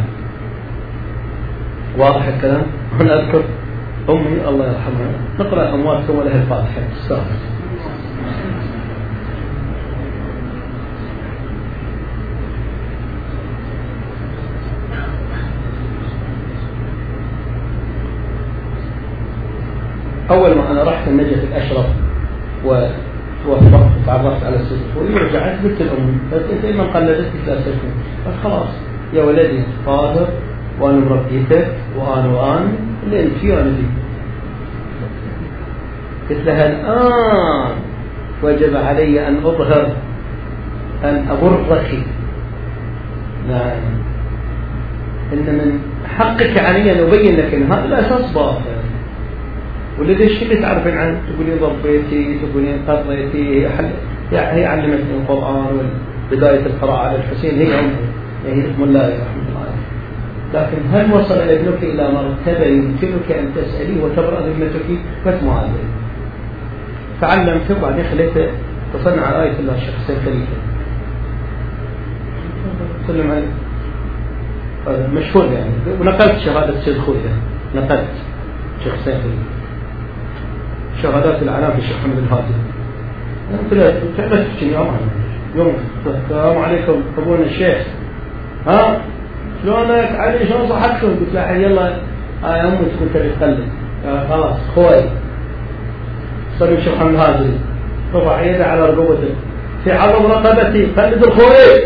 واضح الكلام. أنا أذكر أمي الله يرحمها نقرأ أمواتكم ولها الفاتحة تستاهل. أول ما أنا رحت النجف الأشرف ووفقت وتعرفت على السيد الخوي ورجعت قلت الأم أنت إما قلدتك لا تسلم. قالت خلاص يا ولدي طاهر وأنا مربيتك وأنا اللي أنت فيه وأنا فيه. قلت لها الآن وجب علي أن أظهر أن أبرك. نعم إن من حقك علي أن أبين لك أن هذا الأساس باطل. والذي الشيء اللي تعرفين عنه تقولين ربيتي، تقولين قريتي، هي علمتني القرآن وبداية القراءة على الحسين هي أمه، هي اسم الله رحمه الله. لكن هل وصل ابنك إلى مرتبة يمكنك أن تسأليه وتبرأ ذمتك؟ قلت ما أدري. تعلمت وبعدين خليته تصنع على آية الله الشيخ حسين خليفة. سلم عليه مشهور يعني. ونقلت شهادة السيد خوية، نقلت الشيخ حسين خليفة شهادات العلام في الشيخ محمد الهادي. قلت له تعبت يوم السلام عليكم ابونا الشيخ، ها شلونك علي شلون صحتكم؟ قلت له يلا يا امي كنت تقلد خلاص خوي صار الشيخ محمد الهادي رفع يده على رقبته في عرض رقبتي قلد الخوي.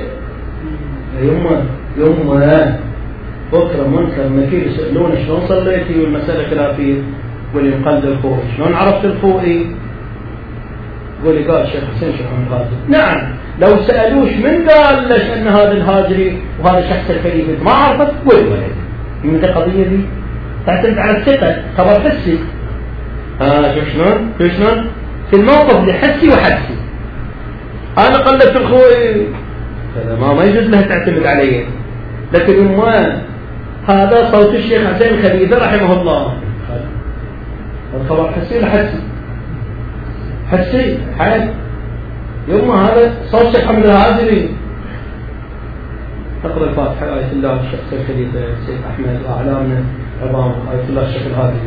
يما بكره منكر نكير يسالون شلون صليتي والمساله خلافيه، قولي مقلد الخوي شلون عرفت الخوي؟ قولي قال الشيخ حسين شيخ محمد الهادي. نعم لو سألوش من قال لك أن هذا الهاجري وهذا الشخص الكريم ما عرفت قولي ولد من القضية دي تعتمد على الثقة خبر حسي. شوف شلون في الموقف اللي حسي وحسي أنا قلدت الخوي هذا ما يجوز لها تعتمد عليه. لكن ما هذا صوت الشيخ حسين خليفة رحمه الله الخبر حسي لحسي حسي حال يوم هذا صوت الشيخ محمد الهادي. تقرأ الفاتحة آية الله الشيخ الخليفة سيد أحمد وأعلامنا عظام آية الله الشيخ الهادي.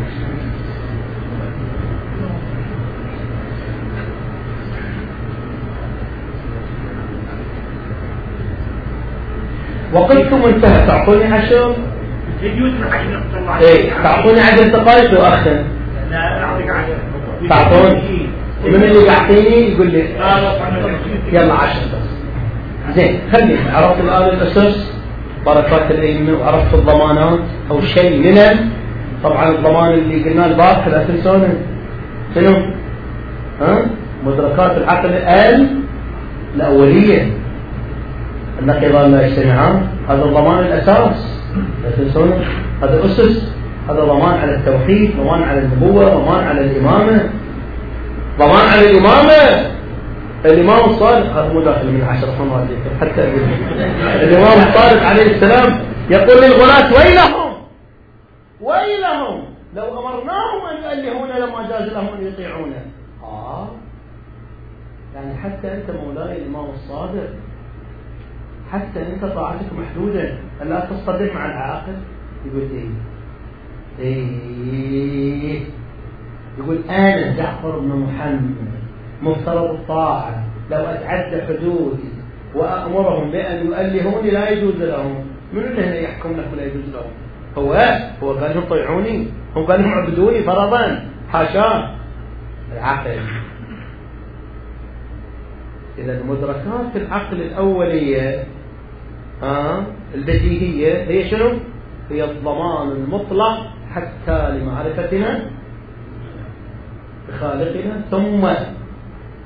وقلتم انتهى تعطوني 10 تعطوني 10 دقائق وأختم. لا أعطيك 10 تعطوني من اللي يعطيني يقول لي يلا 10 بس. زين خليني عرفت الآن الأسس بركات الأئمة وعرفت الضمانات أو شيء من طبعا الضمان اللي قلنا البارح لا تنسونه شنو؟ مدركات العقل الأولية النقيضان لا يجتمعان. هذا الضمان الأساس لا تنسونه. هذا أسس، هذا ضمان على التوحيد، ضمان على النبوة، ضمان على الإمامة، ضمان على الإمامة. الإمام الصادق هذا مو داخل من 10 حمرات حتى الإمام الصادق عليه السلام يقول للغلاة ويلهم لو أمرناهم أن يؤلهون لما جاز لهم أن يطيعون. يعني حتى أنت مولاي الإمام الصادق حتى أنت طاعتك محدودة ألا تصطدم مع العاقل. يقول إيه يقول أنا جعفر بن محمد مفترض الطاعة لو أتعدى حدودي وأأمرهم بأن يؤلهوني لا يجوز لهم. من اللي هنا يحكم لهم لا يجوز لهم؟ هو قال لهم طيعوني، هم قال لهم عبدوني فرضا حاشا العقل. إذا مدركات العقل الأولية البديهية هي شنو؟ هي الضمان المطلق حتى لمعرفتنا بخالقنا ثم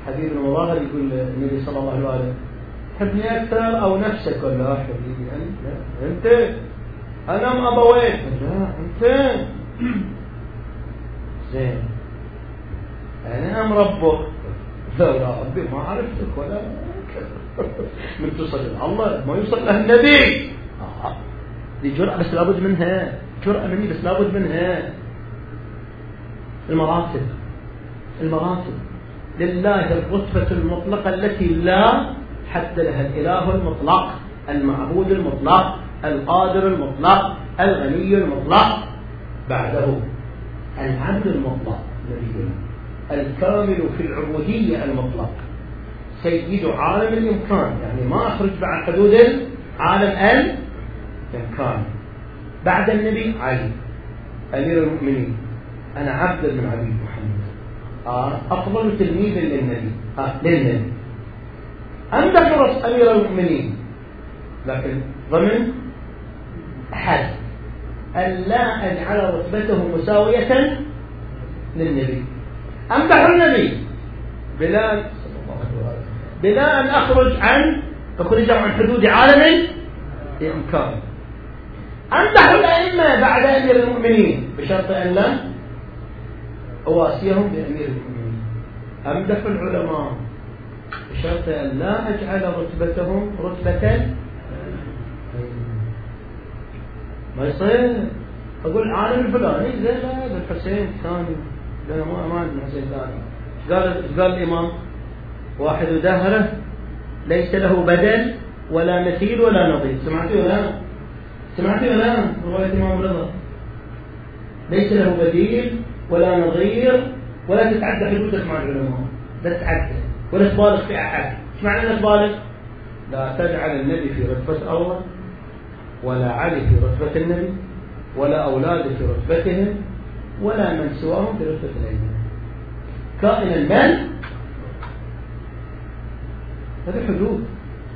حبيب المظاهر يقول النبي صلى الله عليه وسلم تحبني أكثر أو نفسك؟ قال لا حبيبي أنت أنا ما أبويك. لا أنت زين أنا أم ربك؟ لا يا ربي ما عرفتك ولا من تصل إلى الله ما يوصل له النبي. دي جرأة بس لابد منها، جرأة مني بس لابد منها. المراتب لله الرتبة المطلقة التي لا حد لها، الإله المطلق، المعبود المطلق، القادر المطلق، الغني المطلق، بعده العبد المطلق نبينا الكامل في العبودية المطلق، سيد عالم الإمكان، يعني ما أخرج بعد حدود عالم الإمكان. بعد النبي علي أمير المؤمنين، أنا عبد من عبيد محمد، أفضل تلميذ للنبي للنبي. أنت فرص أمير المؤمنين، لكن ضمن حد أن لا أجعل رتبته مساوية للنبي. أمدح النبي بلا أن أخرج عن حدود عالم الإمكان. أمدح الأئمة بعد أمير المؤمنين بشرط أن لا أواسيهم بأمير المؤمنين. أمدح العلماء بشرط أن لا أجعل رتبتهم رتبة ما يصير أقول عالم الفلاني زي لا بالحسين ثاني، لا ما عندنا حسين ثاني. قال الإمام واحد دهره ليس له بدل ولا مثيل ولا نظير. سمعتوا ولا لا؟ رواية الإمام رضا ليس له بديل ولا نظير، ولا تتعدى حدودك مع العلماء، لا تتعدى ولا تبالغ في أحد. ايش معنى لا تبالغ؟ لا تجعل النبي في رتبة الله، ولا علي في رتبة النبي، ولا أولاده في رتبتهم، ولا من سواهم في رتبة الأئمة كائنا من. هذه حدود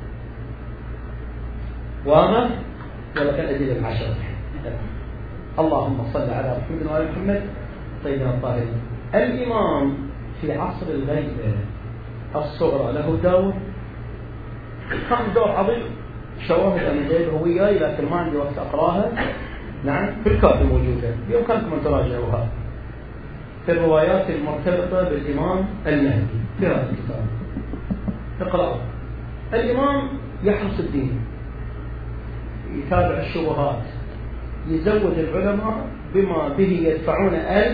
واضح. ولكن أدلة العشرة. اللهم صل على محمد وعلى محمد سيدنا الطاهرين. الإمام في عصر الغيبة الصغرى له دور، كان دور عظيم. شواهد أنا جايبها وياي لكن ما عندي وقت أقراها. نعم في الكافي موجودة، بإمكانكم أن تراجعوها في الروايات المرتبطة بالإمام المهدي في هذا الكتاب. اقرأوا. الإمام يحرص الدين، يتابع الشبهات، يزود العلماء بما به يدفعون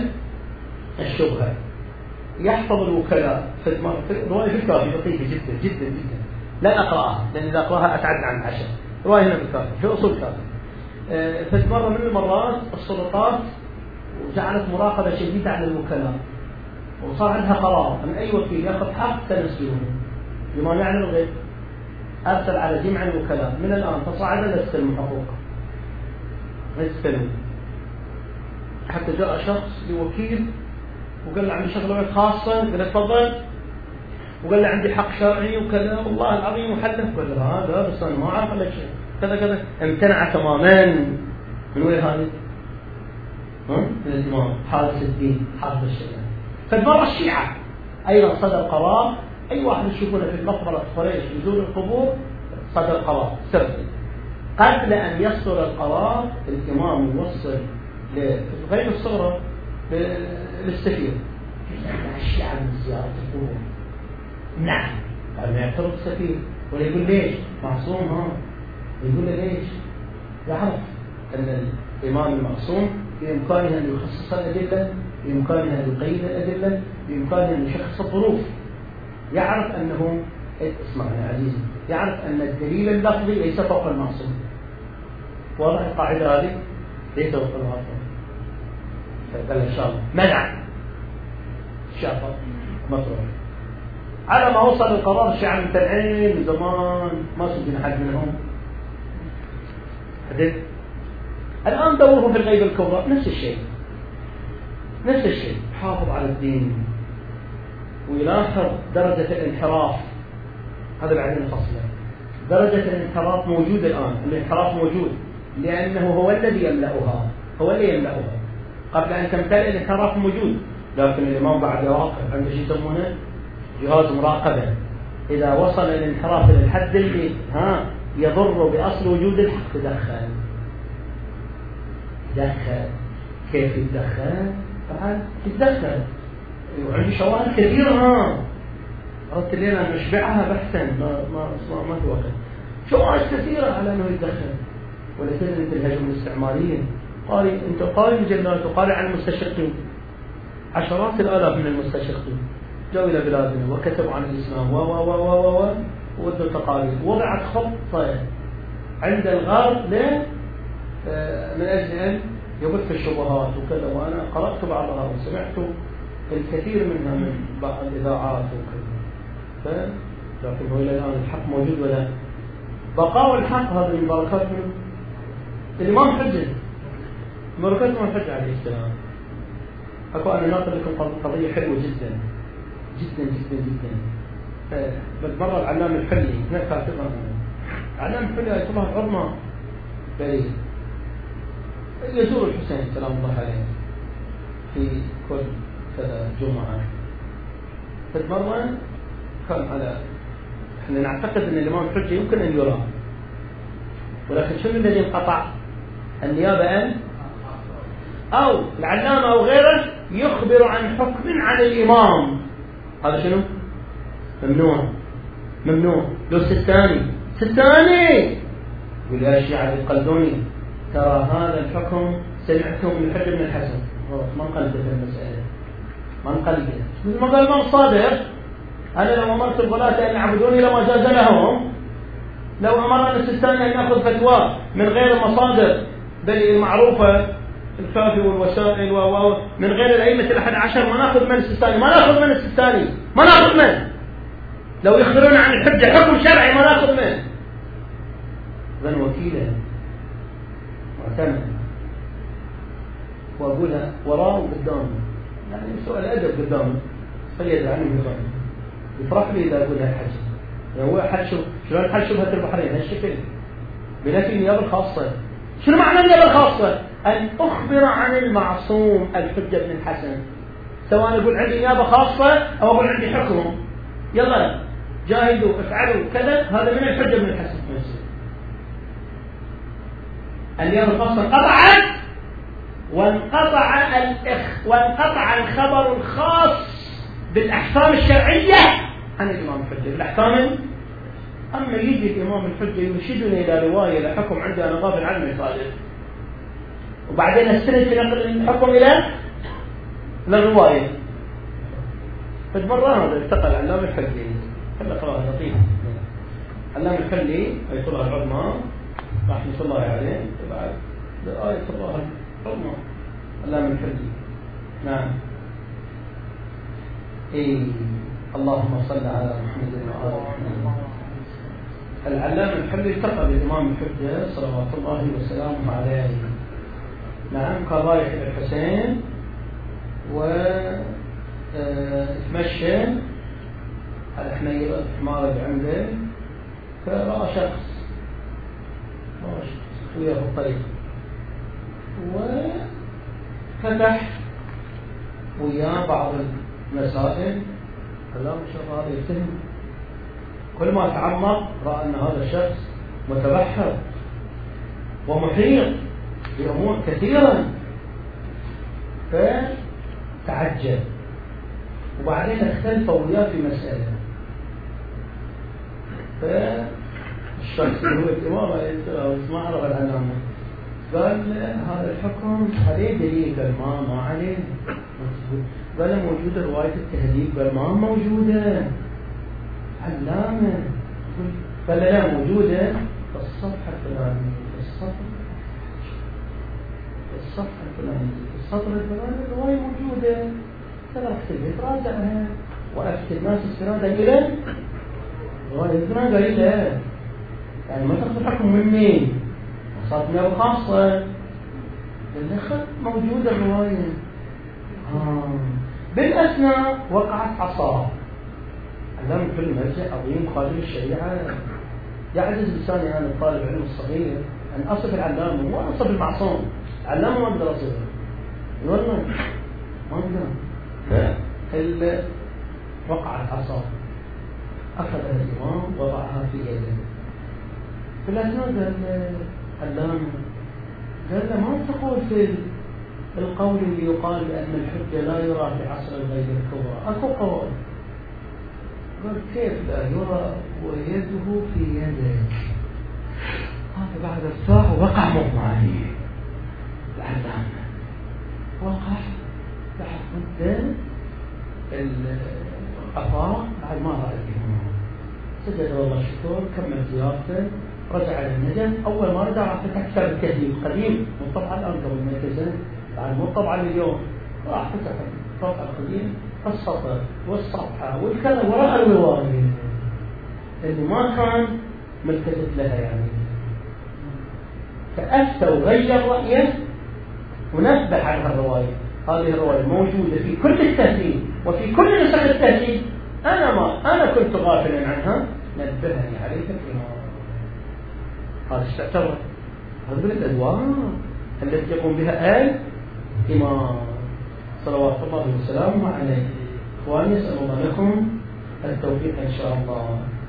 الشبهة، يحفظ الوكلاء. في رواية في الكافي لطيفة جدا جدا جدا، لا أقرأها لأن إذا أقرأها أتعدى عن 10. رواية هنا في الكافي في أصول الكافي. في مرة من المرات السلطات جعلت مراقبة شديدة على الوكلاء، وصار عندها قرار أن أي وكيل يأخذ حق سنسجنه بما يعلم الغيب. أرسل على جميع الوكلاء من الآن تصاعد لا تستلم حقوقه، ما يستلم. حتى جاء شخص لوكيل وقال له عندي شغلة خاصة، قال له تفضل، وقال له عندي حق شرعي وكذا والله العظيم وحلف. قال له هذا بس أنا ما أعرف لك شيء كذا كذا. امتنع تماما. من وين هذا؟ من الإمام حارس الدين حارس الشريعة. فالمرة الشيعة أيضا صدر قرار، أي واحد يشوفونه في المقبرة قريش يزور القبور صدر قرار سري. قبل أن يصدر القرار الإمام يوصل لغير الصغرى للسفير يسأل الشيعة من زيارة القبور. نعم. قال ما يعترض السفير ولا يقول ليش معصوم ها؟ يقول له ليش؟ يعرف أن الإمام المعصوم بإمكانه أن يخصص الأدلة، بإمكانه أن يقيد الأدلة، بإمكانه أن يشخص الظروف. يعرف أنه اسمعني عزيزي، يعرف أن الدليل اللفظي ليس فوق المعصوم. واضح القاعدة هذه؟ ليس فوق المعصوم. فقال إن شاء الله منع شافه مطروح. على ما وصل القرار الشيعة متابعين من زمان ما سجن أحد منهم. الآن دورهم في الغيبة الكبرى نفس الشيء، حافظ على الدين ويلاحظ درجة الانحراف. هذا بعدين فصله. درجة الانحراف موجودة الآن، الانحراف موجود لأنه هو الذي يملأها، قبل أن تمتلئ الانحراف موجود، لكن الإمام بعد يراقب عنده شيء يسمونه جهاز مراقبة إذا وصل الانحراف إلى الحد اللي يضر بأصل وجود الحق تدخل. كيف يتدخل؟ بعد يتدخل وعندي شواهد كثيرة قلت لنا نشبعها بحثا ما في وقت. شواهد كثيرة على أنه يتدخل. ولا تدري الهجوم الاستعماريين أنت قارئ مجلات وقارئ عن المستشرقين، عشرات الآلاف من المستشرقين جاءوا إلى بلادنا وكتبوا عن الإسلام وودوا تقارير. وضعت خطة عند الغرب من أجل أن يبث الشبهات وكذا، وأنا قرأت بعضها وسمعت الكثير منها من بعض الإذاعات وكذا. لكن هو إلى الآن الحق موجود ولا بقاء الحق؟ هذه من بركات الإمام حجة، بركات الإمام حجة عليه السلام. أنا ناقل لكم قضية حلوة جدا جدا جدا جدا. مرة العلام الحلي هناك كاتبها، العلام الحلي آية الله العظمى بريء يزور الحسين سلام الله عليه في كل كذا جمعة. مرة كان على احنا نعتقد ان الامام الحجة يمكن ان يرى، ولكن شنو الذي انقطع؟ النيابة او العلامة او غيره يخبر عن حكم عن الامام، هذا شنو؟ ممنوع. لو السستاني يقول يا الشيعة القلدوني ترى هذا الحكم سمعتم من الحج بن الحسن، ما انقلبت المسألة، ما انقلبت مثل ما قال الإمام الصادق أنا لو أمرت الغلاة أن يعبدوني لما جاز لهم. لو أمرنا السستاني أن نأخذ فتوى من غير المصادر بل المعروفة الكافي والوسائل من غير الأئمة ال11 ما نأخذ من السستاني، ما نأخذ من لو يخبرون عن الحجة حكم شرعي ما نأخذ منه. ظن وكيله معتمد وأقولها وراه وقدامه، يعني سؤال أدب قدامه صيد عنه بغاني يفرح لي إذا أقولها الحج. يعني هو حج شلون حج شبهة البحرين هالشكل بنفي النيابة الخاصة. شنو معنى النيابة الخاصة؟ أن أخبر عن المعصوم الحجة بن الحسن، سواء أقول عندي نيابة خاصة أو أقول عندي حكم، يلا جاهدوا افعلوا كذا، هذا من الحجة بن الحسن. النيابة الخاصة انقطعت وانقطع الخبر الخاص بالأحكام الشرعية عن الإمام الحجة. الأحكام أما يجي الإمام الحجة يرشدني إلى رواية لحكم عندي أنا غافل عنه صادق، وبعدين استند في نقل الحكم إلى الرواية. فمرة هذا التقى العلام الحجي خلى قراءة لطيفة. العلام الحجي آية الله العظمى رحمة الله عليه بعد آية الله العظمى العلام الحجي. نعم اللهم صل على محمد وآل محمد. العلام الحجي التقى بالإمام الحجة صلوات الله وسلامه عليه. نعم كان رايح إلى الحسين وتمشى على حمارة عنده، فرأى شخص وياه في الطريق وفتح وياه بعض المسائل. كلام شغال يتهم، كل ما تعمق رأى أن هذا الشخص متبحر ومحيط بأمور كثيرة، فتعجب وبعدين اختلف وياه في مسألة. فالشخص اللي هو الإمام ما عرف العلامة قال هذا الحكم عليه دليل؟ قال ما عليه. قال موجودة رواية التهذيب؟ قال ما موجودة. علامة قال لا موجودة في الصفحة الفلانية، في الصفحة الفلانية، في السطر الفلاني الرواية موجودة. تركت البيت راجعها وأفتي الناس استنادا إلى رواية استنادا إلى، يعني ما تأخذ الحكم من مين؟ صارت نيابة خاصة بالأخذ موجودة الرواية. بالأثناء وقعت عصا. علام كل مرجع عظيم خادم الشريعة. يعجز لساني أنا الطالب العلم الصغير أن أصف العلامة مو أصف المعصوم. علامة ما أقدر أصفه والله ما أقدر. وقعت عصا، أخذها الإمام وضعها في يده. فالأثناء علامة قال له ما تقول في القول اللي يقال بأن الحجة لا يرى في عصر الغيب الكبرى، أكو قول. قال كيف لا يرى ويده في يده؟ هذا بعد الساعة وقع مغمى عليه العلامة، وقع بعد مدة الأفاق بعد ما رأى الإمام، سجد والله الشكر، كمل زيارته، رجع للنجم. أول ما رجع راح فتح كتاب التهذيب قديم مطبع الآن قبل 100 سنة، بعد مطبع اليوم، راح فتح الطبع القديم السطر والصفحة والكلام وراء الرواية اللي ما كان ملتفت لها يعني، فأفتى وغير رأيه ونبه عن الرواية. هذه الرواية موجودة في كل التهذيب وفي كل نسخ التهذيب، أنا كنت غافلا عنها، نبهني عليها الإمام. هذا استعتبر، هذا من الأدوار التي يقوم بها الإمام صلوات الله وسلامه عليه. إخواني، أسأل الله لكم التوفيق إن شاء الله.